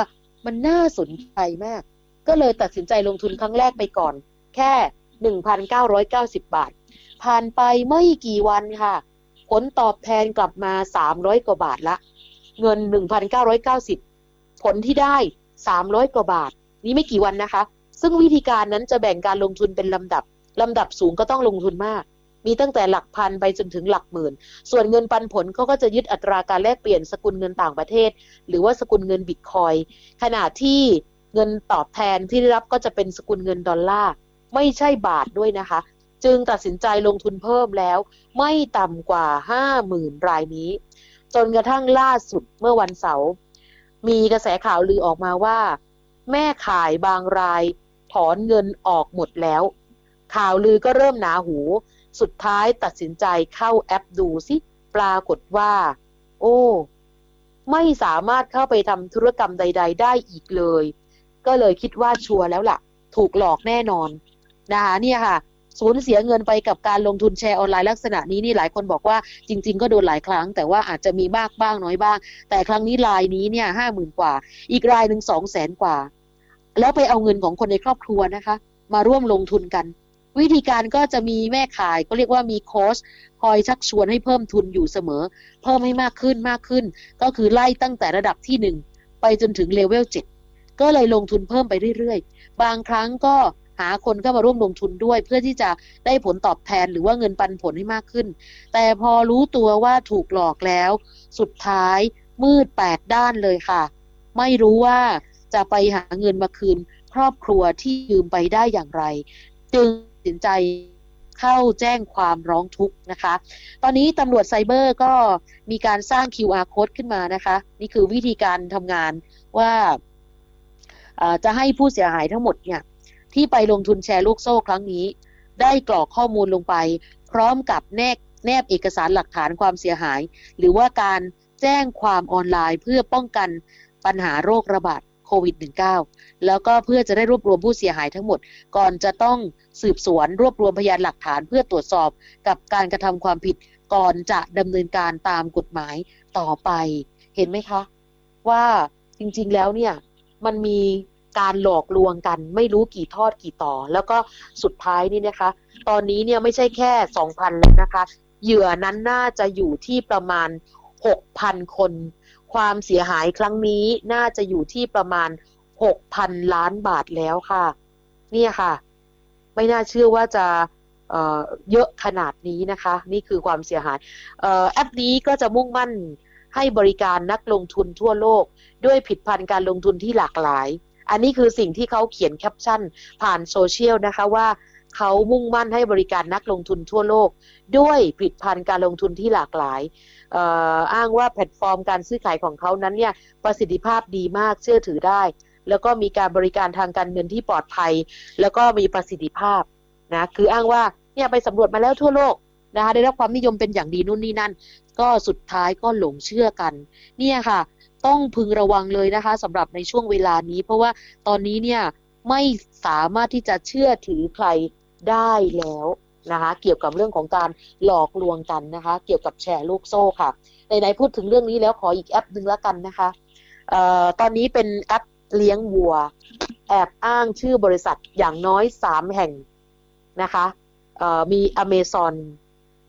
มันน่าสนใจมากก็เลยตัดสินใจลงทุนครั้งแรกไปก่อนแค่ หนึ่งพันเก้าร้อยเก้าสิบ บาทผ่านไปไม่กี่วันค่ะผลตอบแทนกลับมาสามร้อยกว่าบาทละเงิน หนึ่งพันเก้าร้อยเก้าสิบ ผลที่ได้สามร้อยกว่าบาทนี่ไม่กี่วันนะคะซึ่งวิธีการนั้นจะแบ่งการลงทุนเป็นลำดับลำดับสูงก็ต้องลงทุนมากมีตั้งแต่หลักพันไปจนถึงหลักหมื่นส่วนเงินปันผลเขาก็จะยึดอัตราการแลกเปลี่ยนสกุลเงินต่างประเทศหรือว่าสกุลเงินบิตคอยน์ขณะที่เงินตอบแทนที่ได้รับก็จะเป็นสกุลเงินดอลลาร์ไม่ใช่บาทด้วยนะคะจึงตัดสินใจลงทุนเพิ่มแล้วไม่ต่ำกว่า ห้าหมื่น รายนี้จนกระทั่งล่าสุดเมื่อวันเสาร์มีกระแสข่าวลือออกมาว่าแม่ขายบางรายถอนเงินออกหมดแล้วข่าวลือก็เริ่มหนาหูสุดท้ายตัดสินใจเข้าแอปดูสิปรากฏว่าโอ้ไม่สามารถเข้าไปทำธุรกรรมใดๆได้อีกเลยก็เลยคิดว่าชัวร์แล้วล่ะถูกหลอกแน่นอนนะคะเนี่ยค่ะสูญเสียเงินไปกับการลงทุนแชร์ออนไลน์ลักษณะนี้นี่หลายคนบอกว่าจริงๆก็โดนหลายครั้งแต่ว่าอาจจะมีมากบ้างน้อยบ้างแต่ครั้งนี้รายนี้เนี่ย ห้าหมื่น กว่าอีกรายนึง สองแสน กว่าแล้วไปเอาเงินของคนในครอบครัวนะคะมาร่วมลงทุนกันวิธีการก็จะมีแม่ขายก็เรียกว่ามีโค้ชคอยชักชวนให้เพิ่มทุนอยู่เสมอเพิ่มให้มากขึ้นมากขึ้นก็คือไล่ตั้งแต่ระดับที่หนึ่งไปจนถึงเลเวลเจ็ดก็เลยลงทุนเพิ่มไปเรื่อยๆบางครั้งก็หาคนเข้ามาร่วมลงทุนด้วยเพื่อที่จะได้ผลตอบแทนหรือว่าเงินปันผลให้มากขึ้นแต่พอรู้ตัวว่าถูกหลอกแล้วสุดท้ายมืดแปดด้านเลยค่ะไม่รู้ว่าจะไปหาเงินมาคืนครอบครัวที่ยืมไปได้อย่างไรจึงตัดสินใจเข้าแจ้งความร้องทุกข์นะคะตอนนี้ตำรวจไซเบอร์ก็มีการสร้าง คิว อาร์ Code ขึ้นมานะคะนี่คือวิธีการทำงานว่าจะให้ผู้เสียหายทั้งหมดเนี่ยที่ไปลงทุนแชร์ลูกโซ่ครั้งนี้ได้กรอกข้อมูลลงไปพร้อมกับแนบแนบเอกสารหลักฐานความเสียหายหรือว่าการแจ้งความออนไลน์เพื่อป้องกันปัญหาโรคระบาดโควิด สิบเก้า แล้วก็เพื่อจะได้รวบรวมผู้เสียหายทั้งหมดก่อนจะต้องสืบสวนรวบรวมพยานหลักฐานเพื่อตรวจสอบกับการกระทำความผิดก่อนจะดำเนินการตามกฎหมายต่อไปเห็นไหมคะว่าจริงๆแล้วเนี่ยมันมีการหลอกลวงกันไม่รู้กี่ทอดกี่ต่อแล้วก็สุดท้ายนี่นะคะตอนนี้เนี่ยไม่ใช่แค่ สองพัน แล้วนะคะเหยื่อนั้นน่าจะอยู่ที่ประมาณ หกพัน คนความเสียหายครั้งนี้น่าจะอยู่ที่ประมาณ หกพัน ล้านบาทแล้วค่ะเนี่ยค่ะไม่น่าเชื่อว่าจะเอ่อเยอะขนาดนี้นะคะนี่คือความเสียหายเอ่อแอปนี้ก็จะมุ่งมั่นให้บริการนักลงทุนทั่วโลกด้วยผลิตภัณฑ์การลงทุนที่หลากหลายอันนี้คือสิ่งที่เขาเขียนแคปชั่นผ่านโซเชียลนะคะว่าเขามุ่งมั่นให้บริการนักลงทุนทั่วโลกด้วยผลิตภัณฑ์การลงทุนที่หลากหลายเอ่ออ้างว่าแพลตฟอร์มการซื้อขายของเขานั้นเนี่ยประสิทธิภาพดีมากเชื่อถือได้แล้วก็มีการบริการทางการเงินที่ปลอดภัยแล้วก็มีประสิทธิภาพนะคืออ้างว่าเนี่ยไปสำรวจมาแล้วทั่วโลกนะคะได้รับความนิยมเป็นอย่างดีนู่นนี่นั่นก็สุดท้ายก็หลงเชื่อกันเนี่ยค่ะต้องพึงระวังเลยนะคะสำหรับในช่วงเวลานี้เพราะว่าตอนนี้เนี่ยไม่สามารถที่จะเชื่อถือใครได้แล้วนะคะเกี่ยวกับเรื่องของการหลอกลวงกันนะคะเกี่ยวกับแชร์ลูกโซ่ค่ะไหนๆพูดถึงเรื่องนี้แล้วขออีกแอปนึงแล้วกันนะคะเอ่อตอนนี้เป็นแอปเลี้ยงวัวแอบอ้างชื่อบริษัทอย่างน้อยสามแห่งนะคะเอ่อมี Amazon มี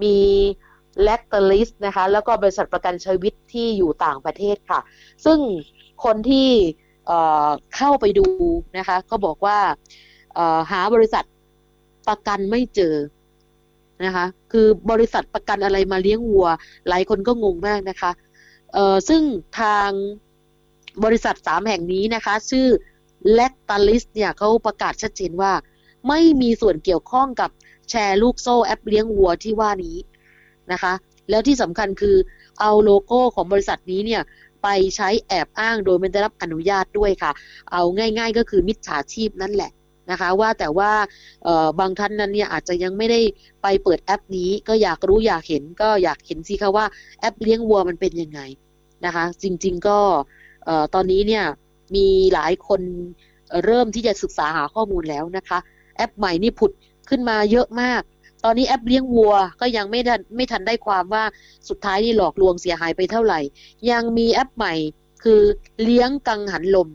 Lactalis นะคะแล้วก็บริษัทประกันชีวิตที่อยู่ต่างประเทศค่ะซึ่งคนที่เอ่อเข้าไปดูนะคะก็บอกว่าเอ่อหาบริษัทประกันไม่เจอนะคะคือบริษัทประกันอะไรมาเลี้ยงวัวหลายคนก็งงมากนะคะเอ่อซึ่งทางบริษัทสามแห่งนี้นะคะชื่อ Lactalis เนี่ยเขาประกาศชัดเจนว่าไม่มีส่วนเกี่ยวข้องกับแชร์ลูกโซ่แอปเลี้ยงวัวที่ว่านี้นะคะแล้วที่สำคัญคือเอาโลโก้ของบริษัทนี้เนี่ยไปใช้แอบอ้างโดยไม่ได้รับอนุญาตด้วยค่ะเอาง่ายๆก็คือมิจฉาชีพนั่นแหละนะคะว่าแต่ว่าเอ่อบางท่านนั้นเนี่ยอาจจะยังไม่ได้ไปเปิดแอปนี้ก็อยากรู้อยากเห็นก็อยากเห็นสิคะว่าแอปเลี้ยงวัวมันเป็นยังไงนะคะจริงๆก็เอ่อตอนนี้เนี่ยมีหลายคนเริ่มที่จะศึกษาหาข้อมูลแล้วนะคะแอปใหม่นี่ผุดขึ้นมาเยอะมากตอนนี้แอปเลี้ยงวัวก็ยังไม่ทันไม่ทันได้ความว่าสุดท้ายนี่หลอกลวงเสียหายไปเท่าไหร่ยังมีแอปใหม่คือเลี้ยงกังหันลม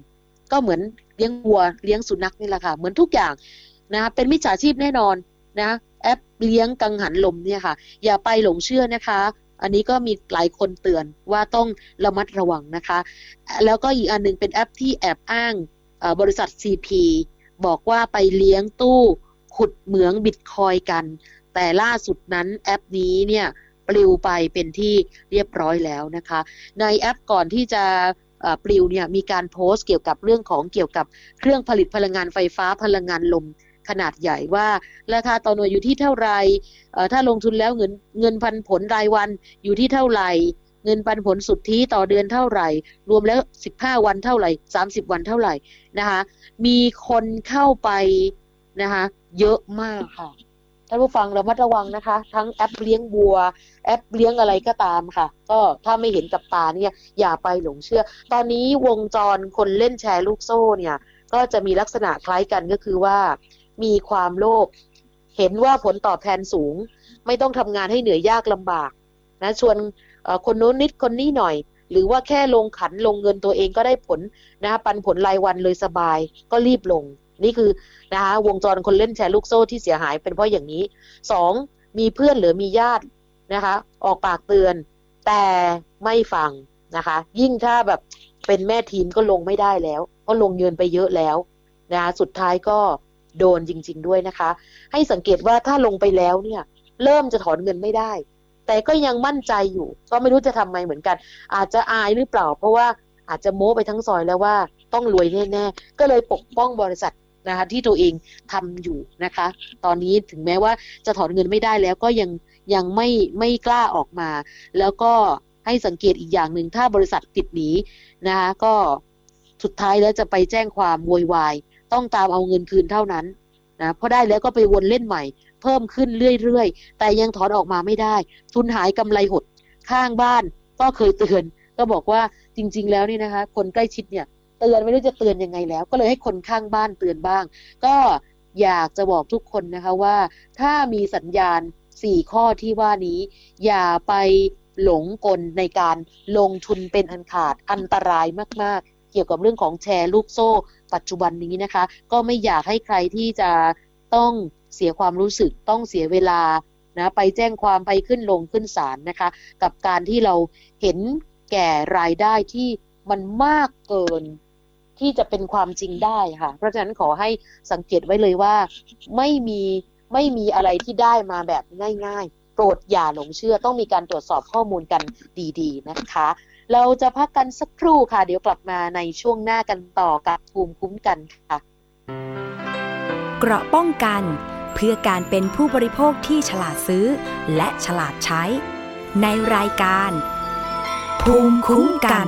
ก็เหมือนเลี้ยงวัวเลี้ยงสุนัขนี่แหละค่ะเหมือนทุกอย่างนะเป็นมิจฉาชีพแน่นอนนะแอปเลี้ยงกังหันลมเนี่ยค่ะอย่าไปหลงเชื่อนะคะอันนี้ก็มีหลายคนเตือนว่าต้องระมัดระวังนะคะแล้วก็อีกอันนึงเป็นแอปที่แอบอ้างบริษัท ซี พี บอกว่าไปเลี้ยงตู้ขุดเหมืองบิตคอยกันแต่ล่าสุดนั้นแอปนี้เนี่ยปลิวไปเป็นที่เรียบร้อยแล้วนะคะในแอปก่อนที่จะปลิวเนี่ยมีการโพสต์เกี่ยวกับเรื่องของเกี่ยวกับเครื่องผลิตพลังงานไฟฟ้าพลังงานลมขนาดใหญ่ว่าราคาต่อหน่วยอยู่ที่เท่าไหร่ถ้าลงทุนแล้วเงินเงินปันผลรายวันอยู่ที่เท่าไหร่เงินปันผลสุทธิต่อเดือนเท่าไหร่รวมแล้วสิบห้าวันเท่าไหร่สามสิบวันเท่าไหร่นะคะมีคนเข้าไปนะคะเยอะมากค่ะท่านผู้ฟังระมัดระวังนะคะทั้งแอปเลี้ยงวัวแอปเลี้ยงอะไรก็ตามค่ะก็ถ้าไม่เห็นกับตาเนี่ยอย่าไปหลงเชื่อตอนนี้วงจรคนเล่นแชร์ลูกโซ่เนี่ยก็จะมีลักษณะคล้ายกันก็คือว่ามีความโลภเห็นว่าผลตอบแทนสูงไม่ต้องทำงานให้เหนื่อยยากลำบากนะชวนคนโน้นนิดคนนี้หน่อยหรือว่าแค่ลงขันลงเงินตัวเองก็ได้ผลนะปันผลรายวันเลยสบายก็รีบลงนี่คือนะคะวงจรคนเล่นแชร์ลูกโซ่ที่เสียหายเป็นเพราะอย่างนี้สองมีเพื่อนหรือมีญาตินะคะออกปากเตือนแต่ไม่ฟังนะคะยิ่งถ้าแบบเป็นแม่ทีมก็ลงไม่ได้แล้วเพราะลงเงินไปเยอะแล้วนะคะสุดท้ายก็โดนจริงๆด้วยนะคะให้สังเกตว่าถ้าลงไปแล้วเนี่ยเริ่มจะถอนเงินไม่ได้แต่ก็ยังมั่นใจอยู่ก็ไม่รู้จะทำไมเหมือนกันอาจจะอายหรือเปล่าเพราะว่าอาจจะโม้ไปทั้งซอยแล้วว่าต้องรวยแน่ๆก็เลยปกป้องบริษัทนะคะที่ตัวเองทำอยู่นะคะตอนนี้ถึงแม้ว่าจะถอนเงินไม่ได้แล้วก็ยังยังไม่ไม่กล้าออกมาแล้วก็ให้สังเกตอีกอย่างหนึ่งถ้าบริษัทติดหนีนะคะก็สุดท้ายแล้วจะไปแจ้งความโวยวายต้องตามเอาเงินคืนเท่านั้นนะพอได้แล้วก็ไปวนเล่นใหม่เพิ่มขึ้นเรื่อยๆแต่ยังถอนออกมาไม่ได้ทุนหายกำไรหดข้างบ้านก็เคยเตือนก็บอกว่าจริงๆแล้วนี่นะคะคนใกล้ชิดเนี่ยเตือนไม่รู้จะเตือนยังไงแล้วก็เลยให้คนข้างบ้านเตือนบ้างก็อยากจะบอกทุกคนนะคะว่าถ้ามีสัญญาณสี่ข้อที่ว่านี้อย่าไปหลงกลในการลงทุนเป็นอันขาดอันตรายมากๆเกี่ยวกับเรื่องของแชร์ลูกโซ่ปัจจุบันนี้นะคะก็ไม่อยากให้ใครที่จะต้องเสียความรู้สึกต้องเสียเวลานะไปแจ้งความไปขึ้นลงขึ้นศาลนะคะกับการที่เราเห็นแก่รายได้ที่มันมากเกินที่จะเป็นความจริงได้ค่ะเพราะฉะนั้นขอให้สังเกตไว้เลยว่าไม่มีไม่มีอะไรที่ได้มาแบบง่ายๆโปรดอย่าหลงเชื่อต้องมีการตรวจสอบข้อมูลกันดีๆนะคะเราจะพักกันสักครู่ค่ะเดี๋ยวกลับมาในช่วงหน้ากันต่อกับภูมิคุ้มกันค่ะเกราะป้องกันเพื่อการเป็นผู้บริโภคที่ฉลาดซื้อและฉลาดใช้ในรายการภูมิคุ้มกัน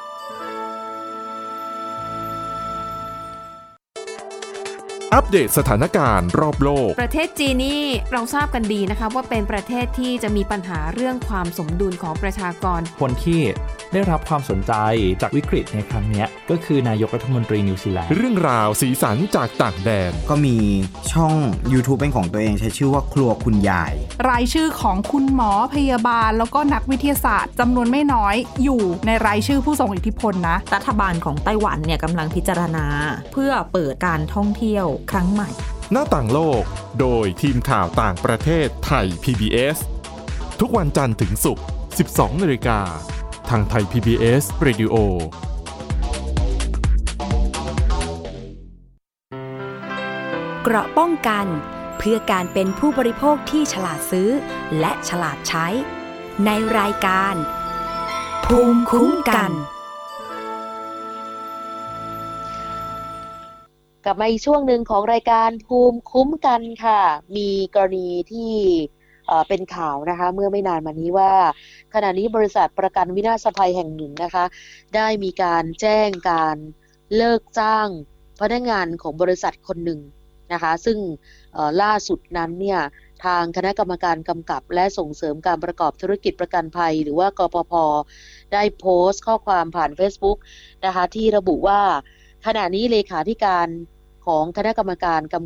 อัปเดตสถานการณ์รอบโลกประเทศจีนนี่เราทราบกันดีนะคะว่าเป็นประเทศที่จะมีปัญหาเรื่องความสมดุลของประชากรคนที่ได้รับความสนใจจากวิกฤตในครั้งนี้ก็คือนายกรัฐมนตรีนิวซีแลนด์เรื่องราวสีสันจากต่างแดนก็มีช่อง YouTube เป็นของตัวเองใช้ชื่อว่าครัวคุณยายรายชื่อของคุณหมอพยาบาลแล้วก็นักวิทยาศาสตร์จำนวนไม่น้อยอยู่ในรายชื่อผู้ทรงอิทธิพลนะรัฐบาลของไต้หวันเนี่ยกำลังพิจารณาเพื่อเปิดการท่องเที่ยวครั้งใหม่หน้าต่างโลกโดยทีมข่าวต่างประเทศไทย พี บี เอส ทุกวันจันทร์ถึงศุกร์ สิบสองนาฬิกาทางไทย พี บี เอส Radio เกราะป้องกันเพื่อการเป็นผู้บริโภคที่ฉลาดซื้อและฉลาดใช้ในรายการภูมิคุ้มกันกลับมาอีกช่วงหนึ่งของรายการภูมิคุ้มกันค่ะมีกรณีที่เอ่อเป็นข่าวนะคะเมื่อไม่นานมานี้ว่าขณะนี้บริษัทประกันวินาศภัยแห่งหนึ่งนะคะได้มีการแจ้งการเลิกจ้างพนักงานของบริษัทคนหนึ่งนะคะซึ่งเอ่อล่าสุดนั้นเนี่ยทางคณะกรรมการกำกับและส่งเสริมการประกอบธุรกิจประกันภัยหรือว่ากปภ.ได้โพสต์ข้อความผ่าน Facebook นะคะที่ระบุว่าขณะนี้เลขาธิการของคณะกรรมการกำกับ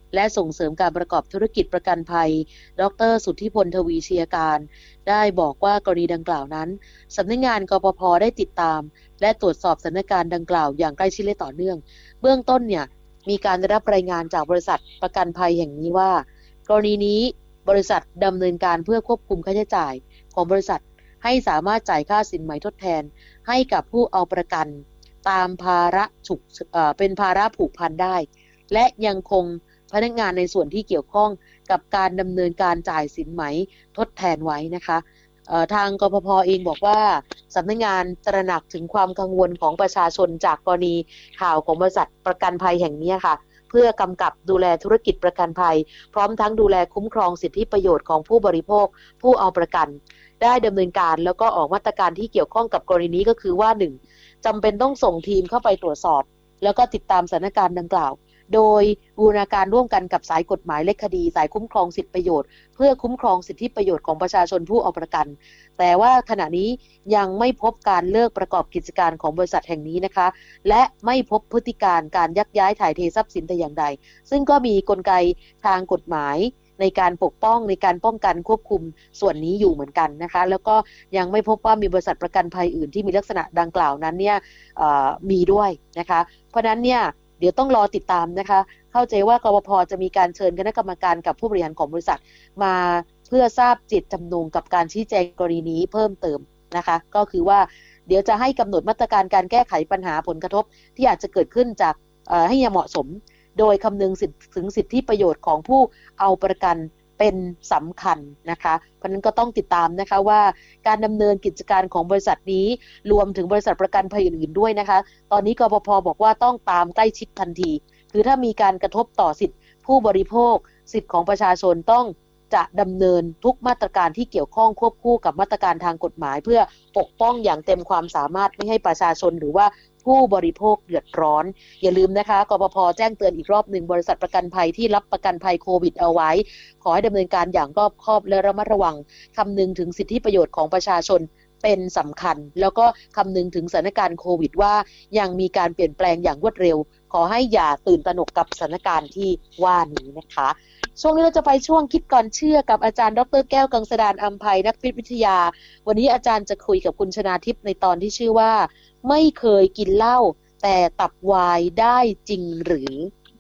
และส่งเสริมการประกอบธุรกิจประกันภัยดรสุทธิพลทวีเชียการได้บอกว่ากรณีดังกล่าวนั้นสำนักงานกปภ.ได้ติดตามและตรวจสอบสถานการณ์ดังกล่าวอย่างใกล้ชิดและต่อเนื่องเบื้องต้นเนี่ยมีการได้รับรายงานจากบริษัทประกันภัยแห่งนี้ว่ากรณีนี้บริษัทดำเนินการเพื่อควบคุมค่าใช้จ่ายของบริษัทให้สามารถจ่ายค่าสินไหมทดแทนให้กับผู้เอาประกันตามภาระฉุกเอ่อเป็นภาระผูกพันได้และยังคงพนักงานในส่วนที่เกี่ยวข้องกับการดำเนินการจ่ายสินไหมทดแทนไว้นะคะทางกปภ.เองบอกว่าสำนักงานตระหนักถึงความกังวลของประชาชนจากกรณีข่าวของบริษัทประกันภัยแห่งนี้ค่ะเพื่อกำกับดูแลธุรกิจประกันภัยพร้อมทั้งดูแลคุ้มครองสิทธิประโยชน์ของผู้บริโภคผู้เอาประกันได้ดำเนินการแล้วก็ออกมาตรการที่เกี่ยวข้องกับกรณีนี้ก็คือว่าหนึ่งจำเป็นต้องส่งทีมเข้าไปตรวจสอบแล้วก็ติดตามสถานการณ์ดังกล่าวโดยบูรณาการร่วมกันกับสายกฎหมายและคดีสายคุ้มครองสิทธิประโยชน์เพื่อคุ้มครองสิทธิประโยชน์ของประชาชนผู้เอาประกันแต่ว่าขณะนี้ยังไม่พบการเลิกประกอบกิจการของบริษัทแห่งนี้นะคะและไม่พบพฤติการการยักย้ายถ่ายเททรัพย์สินแต่อย่างใดซึ่งก็มีกลไกทางกฎหมายในการปกป้องในการป้องกันควบคุมส่วนนี้อยู่เหมือนกันนะคะแล้วก็ยังไม่พบว่ามีบริษัทประกันภัยอื่นที่มีลักษณะดังกล่าวนั้นเนี่ยมีด้วยนะคะเพราะนั้นเนี่ยเดี๋ยวต้องรอติดตามนะคะเข้าใจว่ากปภ.จะมีการเชิญคณะกรรมการกับผู้บริหารของบริษัทมาเพื่อทราบเจตจำนงกับการชี้แจงกรณีนี้เพิ่มเติมนะคะก็คือว่าเดี๋ยวจะให้กำหนดมาตรการการแก้ไขปัญหาผลกระทบที่อาจจะเกิดขึ้นจากให้เหมาะสมโดยคำนึงถึงสิทธิประโยชน์ของผู้เอาประกันเป็นสำคัญนะคะเพราะนั้นก็ต้องติดตามนะคะว่าการดำเนินกิจการของบริษัทนี้รวมถึงบริษัทประกันภัยอื่นๆด้วยนะคะตอนนี้กปภ.บอกว่าต้องตามใกล้ชิดทันทีคือถ้ามีการกระทบต่อสิทธิผู้บริโภคสิทธิของประชาชนต้องจะดำเนินทุกมาตรการที่เกี่ยวข้องควบคู่กับมาตรการทางกฎหมายเพื่อปกป้องอย่างเต็มความสามารถไม่ให้ประชาชนหรือว่าผู้บริโภคเดือดร้อนอย่าลืมนะคะกปภ.แจ้งเตือนอีกรอบหนึ่งบริษัทประกันภัยที่รับประกันภัยโควิดเอาไว้ขอให้ดำเนินการอย่างรอบคอบและระมัดระวังคำนึงถึงสิทธิประโยชน์ของประชาชนเป็นสำคัญแล้วก็คำนึงถึงสถานการณ์โควิดว่ายังมีการเปลี่ยนแปลงอย่างรวดเร็วขอให้อย่าตื่นตระหนกกับสถานการณ์ที่ว่านี้นะคะช่วงนี้เราจะไปช่วงคิดก่อนเชื่อกับอาจารย์ดร.แก้วกังสดาลอำไพนักพิษวิทยาวันนี้อาจารย์จะคุยกับคุณชนาทิพย์ในตอนที่ชื่อว่าไม่เคยกินเหล้าแต่ตับวายได้จริงหรือ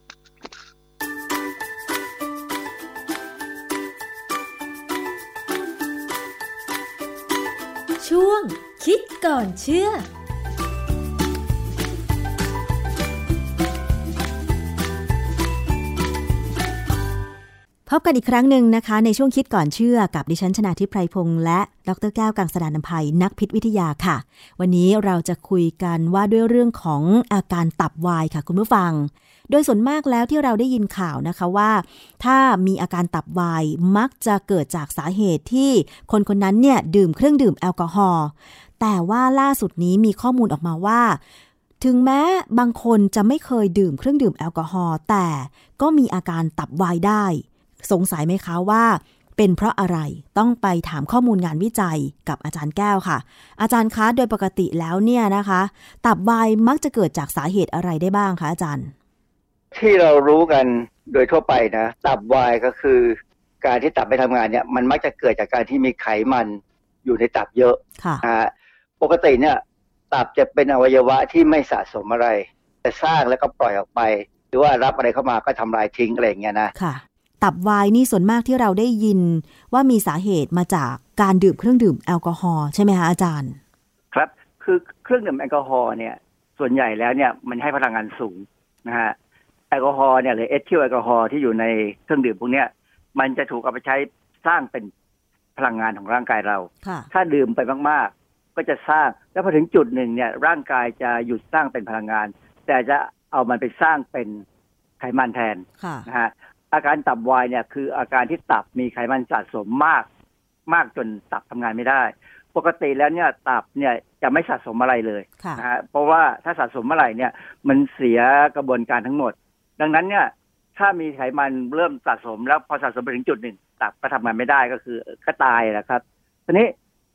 ช่วงคิดก่อนเชื่อพบกันอีกครั้งหนึ่งนะคะในช่วงคิดก่อนเชื่อกับดิฉันชนาทิพย์ไพรพงษ์และดร.แก้วกังสดาลอำไพนักพิษวิทยาค่ะวันนี้เราจะคุยกันว่าด้วยเรื่องของอาการตับวายค่ะคุณผู้ฟังโดยส่วนมากแล้วที่เราได้ยินข่าวนะคะว่าถ้ามีอาการตับวายมักจะเกิดจากสาเหตุที่คนคนนั้นเนี่ยดื่มเครื่องดื่มแอลกอฮอล์แต่ว่าล่าสุดนี้มีข้อมูลออกมาว่าถึงแม้บางคนจะไม่เคยดื่มเครื่องดื่มแอลกอฮอล์แต่ก็มีอาการตับวายได้สงสัยไหมคะว่าเป็นเพราะอะไรต้องไปถามข้อมูลงานวิจัยกับอาจารย์แก้วค่ะอาจารย์คะโดยปกติแล้วเนี่ยนะคะตับวายมักจะเกิดจากสาเหตุอะไรได้บ้างคะอาจารย์ที่เรารู้กันโดยทั่วไปนะตับวายก็คือการที่ตับไม่ทำงานเนี่ยมันมักจะเกิดจากการที่มีไขมันอยู่ในตับเยอะนะฮะปกติเนี่ยตับจะเป็นอวัยวะที่ไม่สะสมอะไรแต่สร้างแล้วก็ปล่อยออกไปหรือว่ารับอะไรเข้ามาก็ทำลายทิ้งอะไรอย่างเงี้ยนะค่ะตับวายนี่ส่วนมากที่เราได้ยินว่ามีสาเหตุมาจากการดื่มเครื่องดื่มแอลกอฮอล์ใช่ไหมคะอาจารย์ครับคือเครื่องดื่มแอลกอฮอล์เนี่ยส่วนใหญ่แล้วเนี่ยมันให้พลังงานสูงนะฮะแอลกอฮอล์เนี่ยหรือเอทิลแอลกอฮอล์ที่อยู่ในเครื่องดื่มพวกเนี้ยมันจะถูกเอาไปใช้สร้างเป็นพลังงานของร่างกายเราถ้าดื่มไปมากๆก็จะสร้างแล้วพอถึงจุดหนึ่งเนี่ยร่างกายจะหยุดสร้างเป็นพลังงานแต่จะเอามันไปสร้างเป็นไขมันแทนนะฮะอาการตับวายเนี่ยคืออาการที่ตับมีไขมันสะสมมากมากจนตับทำงานไม่ได้ปกติแล้วเนี่ยตับเนี่ยจะไม่สะสมอะไรเลยนะฮะเพราะว่าถ้าสะสมเมื่อไหร่เนี่ยมันเสียกระบวนการทั้งหมดดังนั้นเนี่ยถ้ามีไขมันเริ่มสะสมแล้วพอสะสมไปถึงจุดหนึ่งตับก็ทำงานไม่ได้ก็คือก็ตายแหละครับทีนี้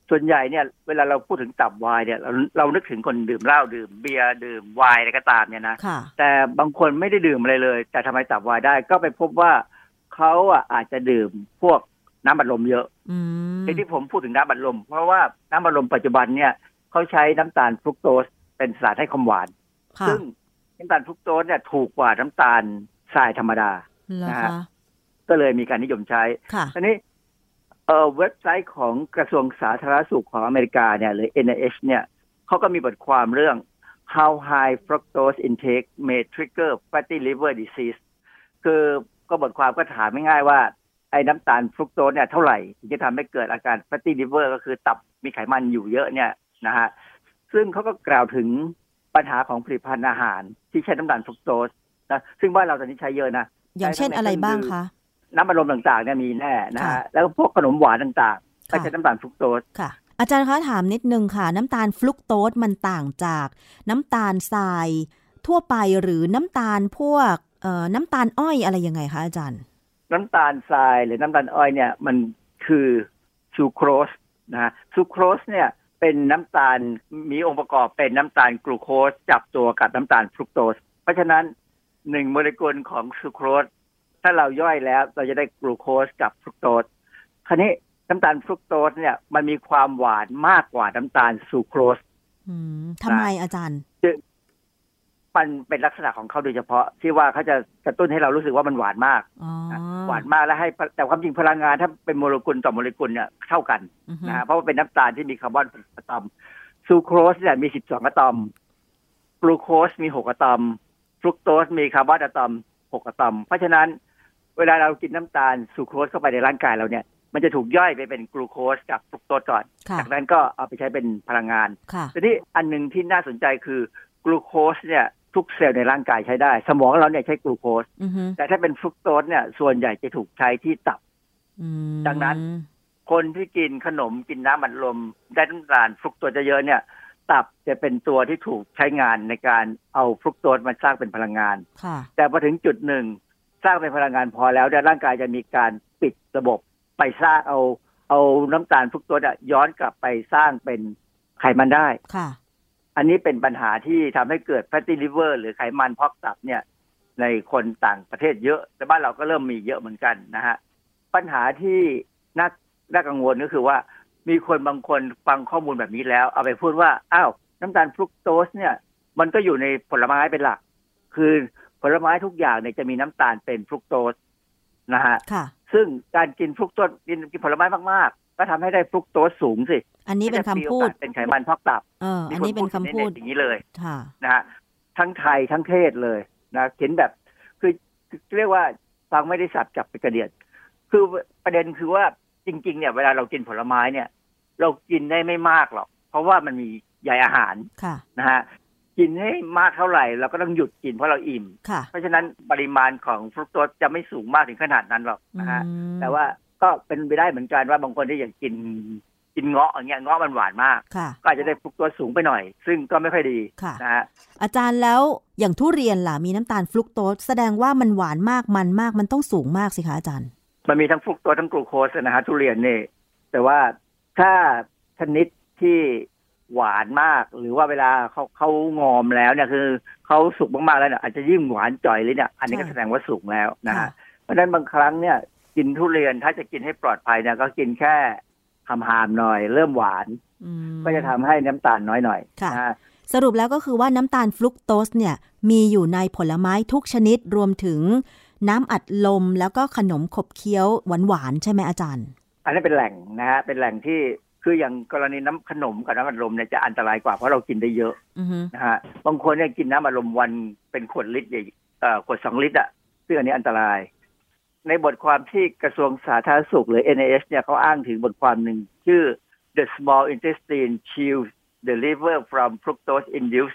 ส่วนใหญ่เนี่ยเวลาเราพูดถึงตับวายเนี่ยเราเรานึกถึงคนดื่มเหล้าดื่มเบียร์ดื่มไวน์อะไรก็ตามเนี่ยนะแต่บางคนไม่ได้ดื่มอะไรเลยแต่ทำไมตับวายได้ก็ไปพบว่าเขาอ่ะอาจจะดื่มพวกน้ำอัดลมเยอะที่ผมพูดถึงน้ำอัดลมเพราะว่าน้ำอัดลมปัจจุบันเนี่ยเขาใช้น้ำตาลฟรุกโตสเป็นสารให้ความหวานซึ่งน้ำตาลฟรุกโตสเนี่ยถูกกว่าน้ำตาลทรายธรรมดานะฮะก็เลยมีการนิยมใช้ทีนี้เอ่อเว็บไซต์ของกระทรวงสาธารณสุขของอเมริกาเนี่ยหรือ เอ็น ไอ เอช เนี่ยเขาก็มีบทความเรื่อง how high fructose intake may trigger fatty liver disease คือก็บทความก็ถามง่ายๆว่าไอ้น้ำตาลฟรุกโตสเนี่ยเท่าไหร่ถึงจะทำให้เกิดอาการ fatty liver ก็คือตับมีไขมันอยู่เยอะเนี่ยนะฮะซึ่งเขาก็กล่าวถึงปัญหาของผลิตภัณฑ์อาหารที่ใช้น้ำตาลฟรุกโตสนะซึ่งบ้านเราตอนนี้ใช้เยอะนะอย่างเช่นอะไรบ้างคะน้ำอัดลมต่างๆเนี่ยมีแน่นะฮะแล้วพวกขนมหวานต่างๆก็ใช้น้ำตาลฟรุกโตสค่ะอาจารย์คะถามนิดนึงค่ะน้ำตาลฟรุกโตสมันต่างจากน้ำตาลทรายทั่วไปหรือน้ำตาลพวกเอ่อน้ำตาลอ้อยอะไรยังไงคะอาจารย์น้ำตาลทรายหรือน้ำตาลอ้อยเนี่ยมันคือซูโครสนะฮะซูโครสเนี่ยเป็นน้ำตาลมีองค์ประกอบเป็นน้ำตาลกลูโคสจับตัวกับน้ำตาลฟรุกโตสเพราะฉะนั้นหนึ่งโมเลกุลของซูโครสถ้าเราย่อยแล้วเราจะได้กลูโคสกับฟรุกโตสคราวนี้น้ำตาลฟรุกโตสเนี่ยมันมีความหวานมากกว่าน้ำตาลซูโครสทำไมอาจารย์มันเป็นลักษณะของเขาโดยเฉพาะที่ว่าเขาจะกระตุ้นให้เรารู้สึกว่ามันหวานมากหวานมากแล้วให้แต่ความจริงพลังงานถ้าเป็นโมเลกุลต่อโมเลกุลเนี่ยเท่ากันนะเพราะว่าเป็นน้ำตาลที่มีคาร์บอนอะตอมซูโครสเนี่ยมีสิบสองอะตอมกลูโคสมีหกอะตอมฟรุกโตสมีคาร์บอนอะตอมหกอะตอมเพราะฉะนั้นเวลาเรากินน้ำตาลซูโครสเข้าไปในร่างกายเราเนี่ยมันจะถูกย่อยไปเป็นกลูโคสกับฟรุกโตสก่อนจากนั้นก็เอาไปใช้เป็นพลังงานทีนี้อันนึงที่น่าสนใจคือกลูโคสเนี่ยทุกเซลล์ในร่างกายใช้ได้สมองเราเนี่ยใช้กลูโคสแต่ถ้าเป็นฟรุกโตสเนี่ยส่วนใหญ่จะถูกใช้ที่ตับดังนั้นคนที่กินขนมกินน้ำอัดลมได้น้ำตาลฟรุกโตสเยอะๆเนี่ยตับจะเป็นตัวที่ถูกใช้งานในการเอาฟรุกโตสมาสร้างเป็นพลังงานแต่พอถึงจุดหนึ่งสร้างเป็นพลังงานพอแล้วเนี่ยร่างกายจะมีการปิดระบบไปสร้างเอาเอาน้ำตาลฟรุกโตสย้อนกลับไปสร้างเป็นไขมันได้อันนี้เป็นปัญหาที่ทำให้เกิด fatty liver หรือไขมันพอกตับเนี่ยในคนต่างประเทศเยอะแต่บ้านเราก็เริ่มมีเยอะเหมือนกันนะฮะปัญหาที่น่าน่ากังวลก็คือว่ามีคนบางคนฟังข้อมูลแบบนี้แล้วเอาไปพูดว่าอ้าวน้ำตาลฟรุกโตสเนี่ยมันก็อยู่ในผลไม้เป็นหลักคือผลไม้ทุกอย่างเนี่ยจะมีน้ำตาลเป็นฟรุกโตสนะฮะซึ่งการกินฟรุกโตสกินกินผลไม้มากๆก็ทำให้ได้ฟรุกโตสสูงสิอันนี้เป็นคำพูดเป็นไขมันพอกตับเอออันนี้เป็นคำพูดอย่างนี้เลยนะฮะทั้งไทยทั้งเทศเลยนะเห็นแบบคือเรียกว่าฟังไม่ได้สับจับไปกระเดียดคือประเด็นคือว่าจริงๆเนี่ยเวลาเรากินผลไม้เนี่ยเรากินได้ไม่มากหรอกเพราะว่ามันมีใยอาหารนะฮะกินให้มากเท่าไหร่เราก็ต้องหยุดกินเพราะเราอิ่มเพราะฉะนั้นปริมาณของฟรุกโตสจะไม่สูงมากถึงขนาดนั้นหรอกนะฮะแต่ว่าก็เป็นไปได้เหมือนกันว่าบางคนที่อยากกินกินเงาะอย่างเงี้ยเงาะมันหวานมากก็อาจจะได้ฟรุกโตสสูงไปหน่อยซึ่งก็ไม่ค่อยดีนะฮะอาจารย์แล้วอย่างทุเรียนล่ะมีน้ำตาลฟรุกโตสแสดงว่ามันหวานมากมันมากมันต้องสูงมากสิคะอาจารย์มันมีทั้งฟรุกโตสทั้งกลูโคสนะฮะทุเรียนนี่แต่ว่าถ้าชนิดที่หวานมากหรือว่าเวลาเขาเขางอมแล้วเนี่ยคือเขาสุกมากๆแล้วเนี่ยอาจจะยิ่งหวานจ่อยเลยเนี่ยอันนี้ก็แสดงว่าสุกแล้วนะฮะเพราะฉะนั้นบางครั้งเนี่ยกินทุเรียนถ้าจะกินให้ปลอดภัยเนี่ยก็กินแค่หามๆหน่อยเริ่มหวานก็จะทำให้น้ำตาลน้อยหน่อยนะสรุปแล้วก็คือว่าน้ำตาลฟรุกโตสเนี่ยมีอยู่ในผลไม้ทุกชนิดรวมถึงน้ำอัดลมแล้วก็ขนมขบเคี้ยวหวานๆใช่ไหมอาจารย์อันนี้เป็นแหล่งนะฮะเป็นแหล่งที่คืออย่างกรณีน้ำขนมกับน้ำอัดลมเนี่ยจะอันตรายกว่าเพราะเรากินได้เยอะนะฮะบางคนเนี่ยกินน้ำอัดลมวันเป็นขวดลิตรใหญ่เอ่อขวดสองลิตรอ่ะซึ่งอันนี้อันตรายในบทความที่กระทรวงสาธารณสุขหรือ เอ็น ไอ เอช เนี่ยเขาอ้างถึงบทความหนึ่งชื่อ The Small Intestine Shields the Liver from Fructose Induced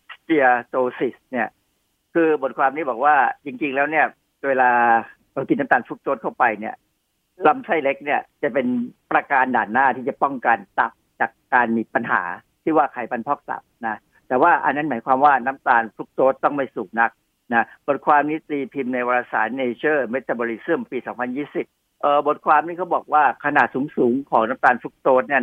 Steatosis เนี่ยคือบทความนี้บอกว่าจริงๆแล้วเนี่ยเวลาเรากินน้ำตาลฟรุกโตสเข้าไปเนี่ยลำไส้เล็กเนี่ยจะเป็นประการด่านหน้าที่จะป้องกันตับจากการมีปัญหาที่ว่าไขมันพอกตับนะแต่ว่าอันนั้นหมายความว่าน้ำตาลฟรุกโตสต้องไม่สูงนักนะบทความนี้ตีพิมพ์ในวารสาร Nature Metabolism ปี สองพันยี่สิบ เอ่อบทความนี้เขาบอกว่าขนาดสูงๆของน้ำตาลฟรุกโตสเนี่ยนะ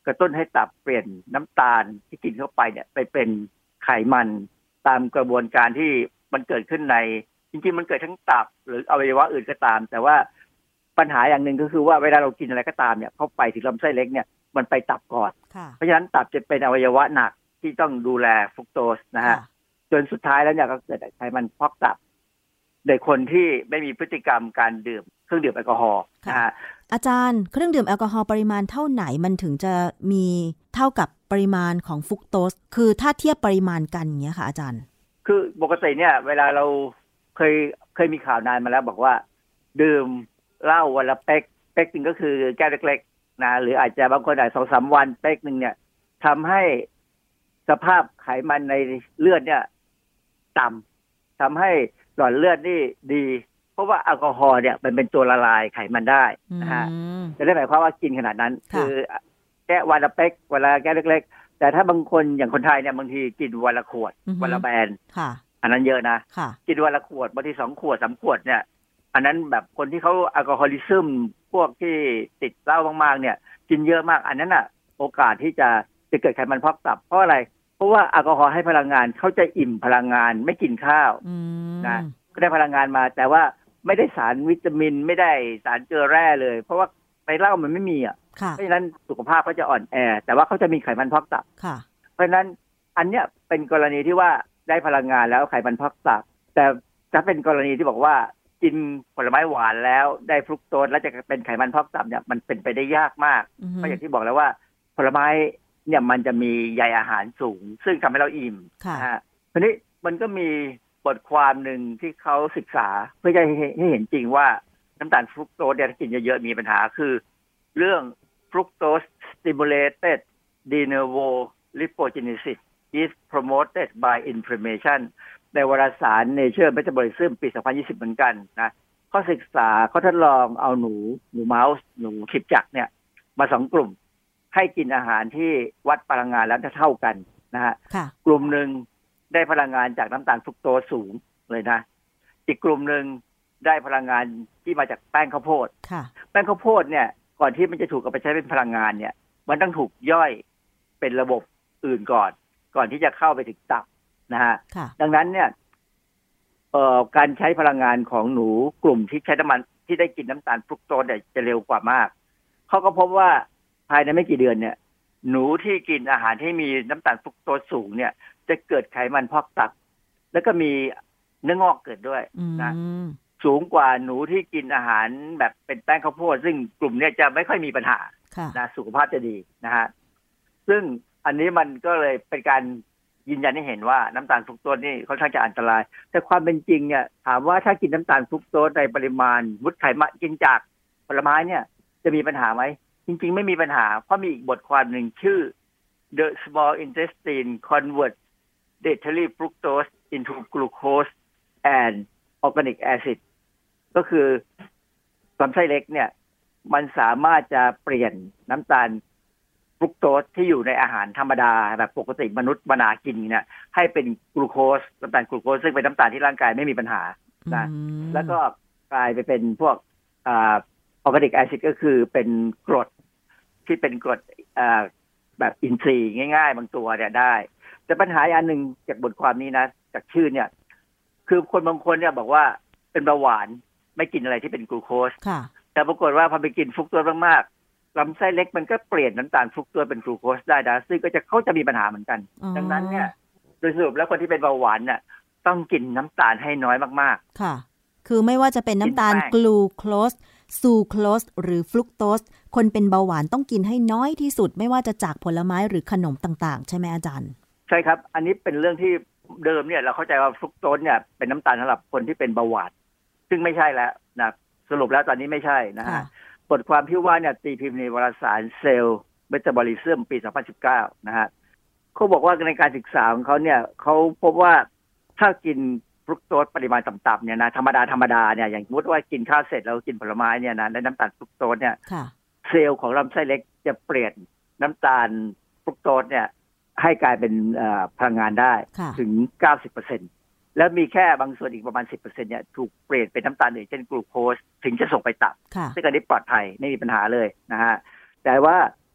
กระตุ้นให้ตับเปลี่ยนน้ำตาลที่กินเข้าไปเนี่ยไปเป็นไขมันตามกระบวนการที่มันเกิดขึ้นในจริงๆมันเกิดทั้งตับหรืออวัยวะอื่นก็ตามแต่ว่าปัญหาอย่างหนึ่งก็คือว่าเวลาเรากินอะไรก็ตามเนี่ยเข้าไปถึงลำไส้เล็กเนี่ยมันไปตับก่อนเพราะฉะนั้นตับจะเป็นอวัยวะหนักที่ต้องดูแลฟรุกโตสนะฮะจนสุดท้ายแล้วเนี่ยก็เกิดไขมันพอกตับในคนที่ไม่มีพฤติกรรมการดื่มเครื่องดื่มแอลกอฮอล์นะฮะอาจารย์เครื่องดื่มแอลกอฮอล์ปริมาณเท่าไหนมันถึงจะมีเท่ากับปริมาณของฟรุกโตสคือถ้าเทียบปริมาณกันอย่างเงี้ยค่ะอาจารย์คือปกติเนี่ยเวลาเราเคยเคยมีข่าวนานมาแล้วบอกว่าดื่มเหล้าวันละเป๊กเป๊กนึงก็คือแก้วเล็กๆนะหรืออาจจะบางคนอาจสองสามวันเป๊กนึงเนี่ยทำให้สภาพไขมันในเลือดเนี่ยต่ำทำให้หลอดเลือดนี่ดีเพราะว่าแอลกอฮอล์เนี่ยมันเป็นตัวละลายไขมันได้นะฮะจะได้หมายความว่ากินขนาดนั้นคือแก้วันละเป๊กวันละแก้วเล็กๆแต่ถ้าบางคนอย่างคนไทยเนี่ยบางทีกินวันละขวดวันละแบนอันนั้นเยอะนะกินวันละขวดบางทีสองขวดสามขวดเนี่ยอันนั้นแบบคนที่เขาแอลกอฮอลิซึมพวกที่ติดเหล้ามากๆเนี่ยกินเยอะมากอันนั้นอ่ะโอกาสที่จะจะเกิดไขมันพอกตับเพราะอะไรเพราะว่าแอลกอฮอล์ให้พลังงานเขาจะอิ่มพลังงานไม่กินข้าวนะก็ได้พลังงานมาแต่ว่าไม่ได้สารวิตามินไม่ได้สารเกลือแร่เลยเพราะว่าในเหล้ามันไม่มีอ่ะเพราะฉะนั้นสุขภาพเขาจะอ่อนแอแต่ว่าเขาจะมีไขมันพอกตับเพราะฉะนั้นอันเนี้ยเป็นกรณีที่ว่าได้พลังงานแล้วไขมันพอกตับแต่ถ้าเป็นกรณีที่บอกว่ากินผลไม้หวานแล้วได้ฟรุกโตสแล้วจะเป็นไขมันพอกตับเนี่ยมันเป็นไปได้ยากมากเพราะอย่างที่บอกแล้วว่าผลไม้เนี่ยมันจะมีใยอาหารสูงซึ่งทำให้เราอิ่มนะฮะทีนี้มันก็มีบทความหนึ่งที่เขาศึกษาเพื่อจะให้เห็นจริงว่าน้ำตาลฟรุกโตสเนี่ยถ้ากินเยอะๆมีปัญหาคือเรื่อง fructose stimulated de novo lipogenesis is promoted by inflammation ในวารสาร Nature Metabolism ปีสองพันยี่สิบเหมือนกันนะเขาศึกษาเขาทดลองเอาหนูหนูเมาส์หนูขีบจักรเนี่ยมาสองกลุ่มให้กินอาหารที่วัดพลังงานแล้วเท่ากันนะฮะกลุ่มหนึ่งได้พลังงานจากน้ำตาลฟรุกโตสสูงเลยนะอีกกลุ่มหนึ่งได้พลังงานที่มาจากแป้งข้าวโพดแป้งข้าวโพดเนี่ยก่อนที่มันจะถูกเอาไปใช้เป็นพลังงานเนี่ยมันต้องถูกย่อยเป็นระบบอื่นก่อนก่อนที่จะเข้าไปถึงตับนะฮะดังนั้นเนี่ยเอ่อการใช้พลังงานของหนูกลุ่มที่ใช้น้ำมันที่ได้กินน้ำตาลฟรุกโตสเนี่ยจะเร็วกว่ามากเขาก็พบว่าภายในไม่กี่เดือนเนี่ยหนูที่กินอาหารที่มีน้ำตาลฟรุกโตสสูงเนี่ยจะเกิดไขมันพอกตับแล้วก็มีเนื้องอกเกิดด้วยนะสูงกว่าหนูที่กินอาหารแบบเป็นแป้งข้าวโพดซึ่งกลุ่มนี้จะไม่ค่อยมีปัญหานะสุขภาพจะดีนะฮะซึ่งอันนี้มันก็เลยเป็นการยืนยันให้เห็นว่าน้ำตาลฟรุกโตสนี่ค่อนข้างจะอันตรายแต่ความเป็นจริงเนี่ยถามว่าถ้ากินน้ำตาลฟรุกโตสในปริมาณวุฒิไขมันกินจากผลไม้เนี่ยจะมีปัญหาไหมจริงๆไม่มีปัญหาเพราะมีอีกบทความหนึ่งชื่อ The Small Intestine Converts Dietary Fructose into Glucose and Organic Acid ก็คือลำไส้เล็กเนี่ยมันสามารถจะเปลี่ยนน้ำตาลฟรุกโตสที่อยู่ในอาหารธรรมดาแบบปกติมนุษย์มนากินเนี่ยให้เป็นกลูโคสน้ำตาลกลูโคสซึ่งเป็นน้ำตาลที่ร่างกายไม่มีปัญหานะแล้วก็กลายไปเป็นพวกอ่าออร์แกนิกแอซิดก็คือเป็นกรดที่เป็นกรดแบบอินทรีย์ง่ายๆบางตัวเนี่ยได้แต่ปัญหาอันหนึ่งจากบทความนี้นะจากชื่อเนี่ยคือคนบางคนเนี่ยบอกว่าเป็นเบาหวานไม่กินอะไรที่เป็นกลูโคสแต่ปรากฏว่าพอไปกินฟรุกโตสมากๆลำไส้เล็กมันก็เปลี่ยนน้ำตาลฟรุกโตสเป็นกลูโคสได้นะซึ่งก็จะเขาจะมีปัญหาเหมือนกันดังนั้นเนี่ยโดยสรุปแล้วคนที่เป็นเบาหวานเนี่ยต้องกินน้ำตาลให้น้อยมากๆค่ะคือไม่ว่าจะเป็นน้ำตาลกลูโคสซูโครสหรือฟรุกโตสคนเป็นเบาหวานต้องกินให้น้อยที่สุดไม่ว่าจะจากผลไม้หรือขนมต่างๆใช่ไหมอาจารย์ใช่ครับอันนี้เป็นเรื่องที่เดิมเนี่ยเราเข้าใจว่าฟรุกโตสเนี่ยเป็นน้ำตาลสำหรับคนที่เป็นเบาหวานซึ่งไม่ใช่แล้วนะสรุปแล้วตอนนี้ไม่ใช่นะฮะบทความที่ว่าเนี่ยตีพิมพ์ในวารสาร Cell Metabolism ปีสองพันสิบเก้านะฮะเขาบอกว่าในการศึกษาของเขาเนี่ยเขาพบว่าถ้ากินฟรุกโตสปริมาณต่ำๆเนี่ยนะธรรมดาธรรมดาเนี่ยอย่างสมมติว่ากินข้าวเสร็จแล้วกินผลไม้เนี่ยนะได้น้ำตาลฟรุกโตสเนี่ยเซลล์ของลำไส้เล็กจะเปลี่ยนน้ำตาลฟรุกโตสเนี่ยให้กลายเป็นพลังงานได้ถึง เก้าสิบเปอร์เซ็นต์ แล้วมีแค่บางส่วนอีกประมาณ สิบเปอร์เซ็นต์ เนี่ยถูกเปลี่ยนเป็นน้ำตาลอื่นเช่นกลูโคสถึงจะส่งไปตับซึ่งอันนี้ปลอดภัยไม่มีปัญหาเลยนะฮะแต่ว่า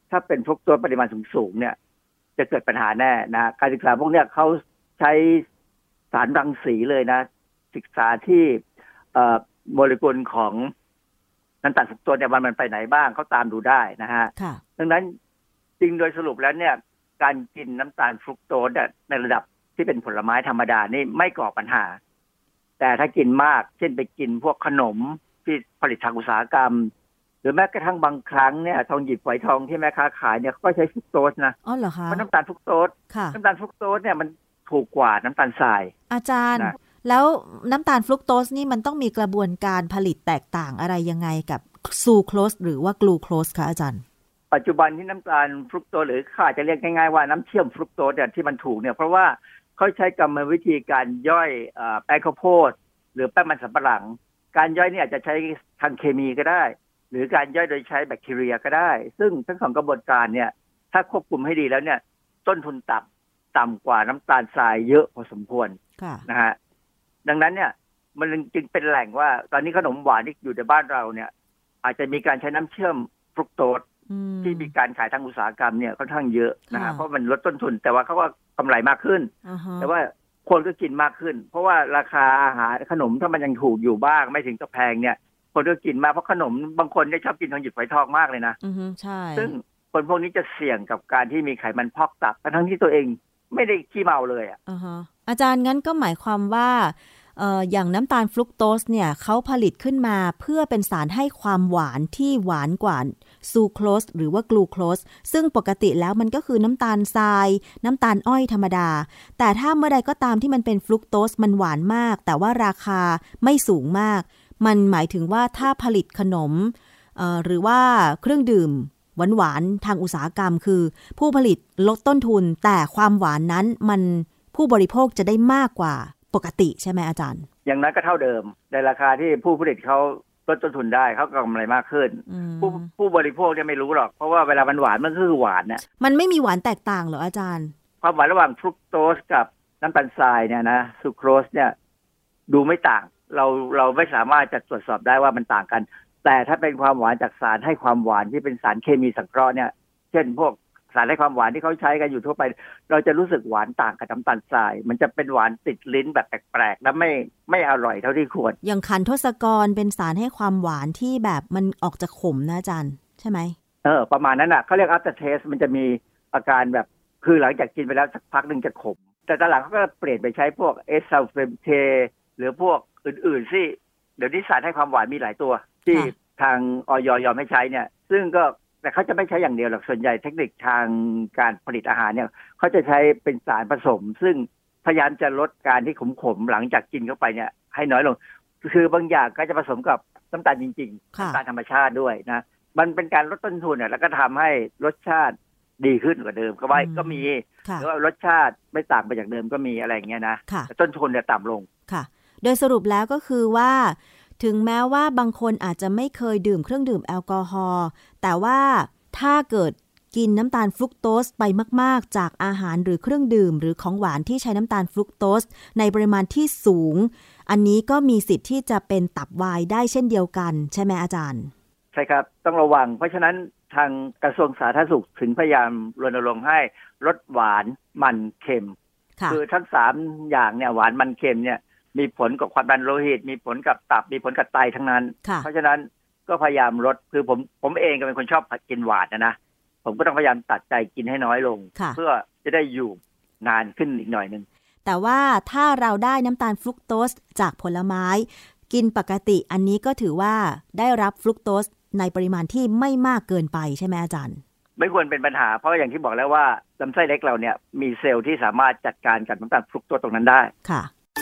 ถ้าเป็นฟรุกโตสปริมาณสูงๆเนี่ยจะเกิดปัญหาแน่นะการศึกษาพวกเนี้ยเขาใช้สารรังสีเลยนะศึกษาที่โมเลกุลของน้ำตาลฟรุกโตสเนี่ยมันไปไหนบ้างเขาตามดูได้นะฮะดังนั้นจริงโดยสรุปแล้วเนี่ยการกินน้ำตาลฟรุกโตสในระดับที่เป็นผลไม้ธรรมดานี่ไม่ก่อปัญหาแต่ถ้ากินมากเช่นไปกินพวกขนมที่ผลิตทางอุตสาหกรรมหรือแม้กระทั่งบางครั้งเนี่ยทองหยิบฝอยทองที่แม่ค้าขายเนี่ยก็ใช้ฟรุกโตสนะอ๋อเหรอคะเพราะน้ำตาลฟรุกโตสน้ำตาลฟรุกโตสเนี่ยมันถูกกว่าน้ำตาลทรายอาจารย์แล้วน้ำตาลฟรุกโตสนี่มันต้องมีกระบวนการผลิตแตกต่างอะไรยังไงกับซูโครสหรือว่ากลูโคสคะอาจารย์ปัจจุบันที่น้ำตาลฟรุกโตสหรือข้าจะเรียกง่ายๆว่าน้ำเชื่อมฟรุกโตสเนี่ยที่มันถูกเนี่ยเพราะว่าเขาใช้กรรมวิธีการย่อยแป้งข้าวโพดหรือแป้งมันสำปะหลังการย่อยนี่อาจจะใช้ทางเคมีก็ได้หรือการย่อยโดยใช้แบคทีเรียก็ได้ซึ่งทั้งสองกระบวนการเนี่ยถ้าควบคุมให้ดีแล้วเนี่ยต้นทุนต่ำต่ำกว่าน้ำตาลทรายเยอะพอสมควรนะฮะดังนั้นเนี่ยมันจึงเป็นแหล่งว่าตอนนี้ขนมหวานที่อยู่ในบ้านเราเนี่ยอาจจะมีการใช้น้ำเชื่อมฟรุกโตสที่มีการขายทางอุตสาหกรรมเนี่ยค่อนข้างเยอะนะฮะเพราะมันลดต้นทุนแต่ว่าเขาก็กำไรมากขึ้น uh-huh. แต่ว่าคนก็กินมากขึ้นเพราะว่าราคาอาหารขนมถ้ามันยังถูกอยู่บ้างไม่ถึงกับแพงเนี่ยคนก็กินมากเพราะขนมบางคนได้ชอบกินทองหยิบฝอยทองมากเลยนะอือฮึใช่ซึ่งคนพวกนี้จะเสี่ยงกับการที่มีไขมันพอกตับทั้งที่ตัวเองไม่ได้ขี้เมาเลยอ่ะอือฮะอาจารย์งั้นก็หมายความว่าเอ่ออย่างน้ำตาลฟรุกโตสเนี่ยเขาผลิตขึ้นมาเพื่อเป็นสารให้ความหวานที่หวานกว่าซูโครสหรือว่ากลูโคสซึ่งปกติแล้วมันก็คือน้ำตาลทรายน้ำตาลอ้อยธรรมดาแต่ถ้าเมื่อใดก็ตามที่มันเป็นฟรุกโตสมันหวานมากแต่ว่าราคาไม่สูงมากมันหมายถึงว่าถ้าผลิตขนมเอ่อหรือว่าเครื่องดื่มหวานๆทางอุตสาหกรรมคือผู้ผลิตลดต้นทุนแต่ความหวานนั้นมันผู้บริโภคจะได้มากกว่าปกติใช่ไหมอาจารย์อย่างนั้นก็เท่าเดิมในราคาที่ผู้ผลิตเขาลดต้นทุนได้เขากำไรมากขึ้นผู้ผู้บริโภคเนี่ยไม่รู้หรอกเพราะว่าเวลามันหวานมันคือหวานเนี่ยมันไม่มีหวานแตกต่างเหรออาจารย์ความหวานระหว่างฟรุกโตสกับน้ำตาลทรายเนี่ยนะซูโครสเนี่ยดูไม่ต่างเราเราไม่สามารถจะตรวจสอบได้ว่ามันต่างกันแต่ถ้าเป็นความหวานจากสารให้ความหวานที่เป็นสารเคมีสังเคราะห์เนี่ยเช่นพวกสารให้ความหวานที่เขาใช้กันอยู่ทั่วไปเราจะรู้สึกหวานต่างกับน้ำตาลทรายมันจะเป็นหวานติดลิ้นแบบแปลกๆและไม่ไม่อร่อยเท่าที่ควรอย่างขันทศกรเป็นสารให้ความหวานที่แบบมันออกจะขมนะอาจารย์ใช่ไหมเออประมาณนั้นอ่ะเขาเรียก after taste มันจะมีอาการแบบคือหลังจากกินไปแล้วสักพักนึงจะขมแต่ตอนหลังเขาก็เปลี่ยนไปใช้พวกเอสซัลเฟมเทหรือพวกอื่นๆที่เดี๋ยวนี้สารให้ความหวานมีหลายตัวที่ทางอย.ยอมให้ใช้เนี่ยซึ่งก็แต่เขาจะไม่ใช้อย่างเดียวหรอกส่วนใหญ่เทคนิคทางการผลิตอาหารเนี่ยเขาจะใช้เป็นสารผสมซึ่งพยายามจะลดการที่ขมๆหลังจากกินเข้าไปเนี่ยให้น้อยลงคือบางอย่างก็จะผสมกับน้ำตาลจริงๆน้ำตาลธรรมชาติด้วยนะมันเป็นการลดต้นทุนเนี่ยแล้วก็ทำให้รสชาติดีขึ้นกว่าเดิมก็ว่าก็มีหรือว่ารสชาติไม่ต่างไปจากเดิมก็มีอะไรอย่างเงี้ยนะต้นทุนเนี่ยต่ำลงค่ะโดยสรุปแล้วก็คือว่าถึงแม้ว่าบางคนอาจจะไม่เคยดื่มเครื่องดื่มแอลกอฮอล์แต่ว่าถ้าเกิดกินน้ำตาลฟรุกโตสไปมากๆจากอาหารหรือเครื่องดื่มหรือของหวานที่ใช้น้ำตาลฟรุกโตสในปริมาณที่สูงอันนี้ก็มีสิทธิ์ที่จะเป็นตับวายได้เช่นเดียวกันใช่ไหมอาจารย์ใช่ครับต้องระวังเพราะฉะนั้นทางกระทรวงสาธารณสุขถึงพยายามรณรงค์ให้ลดหวานมันเค็มคือทั้งสามอย่างเนี่ยหวานมันเค็มเนี่ยมีผลกับความดันโลหิตมีผลกับตับมีผลกับไตทั้งนั้นเพราะฉะนั้นก็พยายามลดคือผมผมเองก็เป็นคนชอบกินหวานนะนะผมก็ต้องพยายามตัดใจกินให้น้อยลงเพื่อจะได้อยู่นานขึ้นอีกหน่อยนึงแต่ว่าถ้าเราได้น้ำตาลฟรุกโตสจากผลไม้กินปกติอันนี้ก็ถือว่าได้รับฟรุกโตสในปริมาณที่ไม่มากเกินไปใช่ไหมอาจารย์ไม่ควรเป็นปัญหาเพราะอย่างที่บอกแล้วว่าลำไส้เล็กเราเนี่ยมีเซลล์ที่สามารถจัดการกับน้ำตาลฟรุกโตสตรงนั้นได้ค่ะ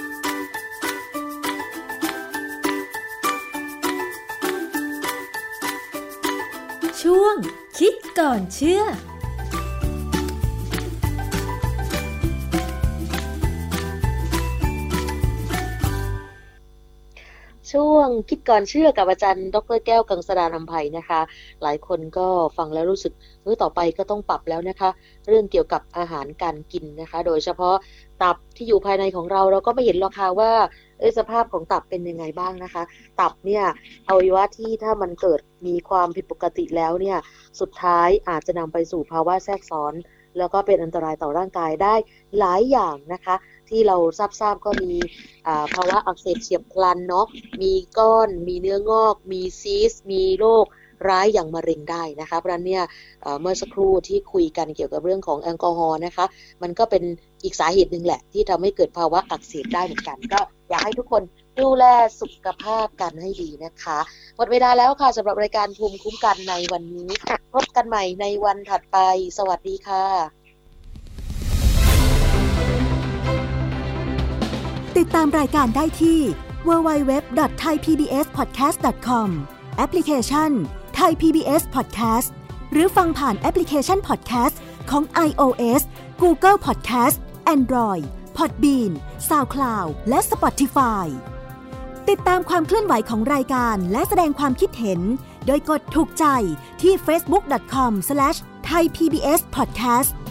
ช่วงคิดก่อนเชื่อช่วงคิดก่อนเชื่อกับอาจารย์ดร.แก้วกังสดาลอำไพนะคะหลายคนก็ฟังแล้วรู้สึกเออต่อไปก็ต้องปรับแล้วนะคะเรื่องเกี่ยวกับอาหารการกินนะคะโดยเฉพาะตับที่อยู่ภายในของเราเราก็ไม่เห็นหรอกค่ะว่าเอ้ยสภาพของตับเป็นยังไงบ้างนะคะตับเนี่ยอวัยวะที่ถ้ามันเกิดมีความผิดปกติแล้วเนี่ยสุดท้ายอาจจะนำไปสู่ภาวะแทรกซ้อนแล้วก็เป็นอันตรายต่อร่างกายได้หลายอย่างนะคะที่เราทราบๆก็มีภาวะอักเสบเฉียบพลันเนาะมีก้อนมีเนื้องอกมีซีสต์มีโรคร้ายอย่างมะเร็งได้นะคะเพราะฉะนั้นเนี่ยเมื่อสักครู่ที่คุยกันเกี่ยวกับเรื่องของแอลกอฮอล์นะคะมันก็เป็นอีกสาเหตุหนึ่งแหละที่ทำให้เกิดภาวะอักเสบได้เหมือนกันก็อยากให้ทุกคนดูแลสุขภาพกันให้ดีนะคะหมดเวลาแล้วค่ะสำหรับรายการภูมิคุ้มกันในวันนี้พบกันใหม่ในวันถัดไปสวัสดีค่ะติดตามรายการได้ที่ ดับเบิลยู ดับเบิลยู ดับเบิลยู ดอท ไทย พี บี เอส พอดแคสต์ ดอท คอม แอปพลิเคชัน Thai พี บี เอส Podcast หรือฟังผ่านแอปพลิเคชัน Podcast ของ iOS Google Podcast Android Podbean SoundCloud และ Spotify ติดตามความเคลื่อนไหวของรายการและแสดงความคิดเห็นโดยกดถูกใจที่ เฟซบุ๊ก ดอท คอม สแลช ไทย พี บี เอส พอดแคสต์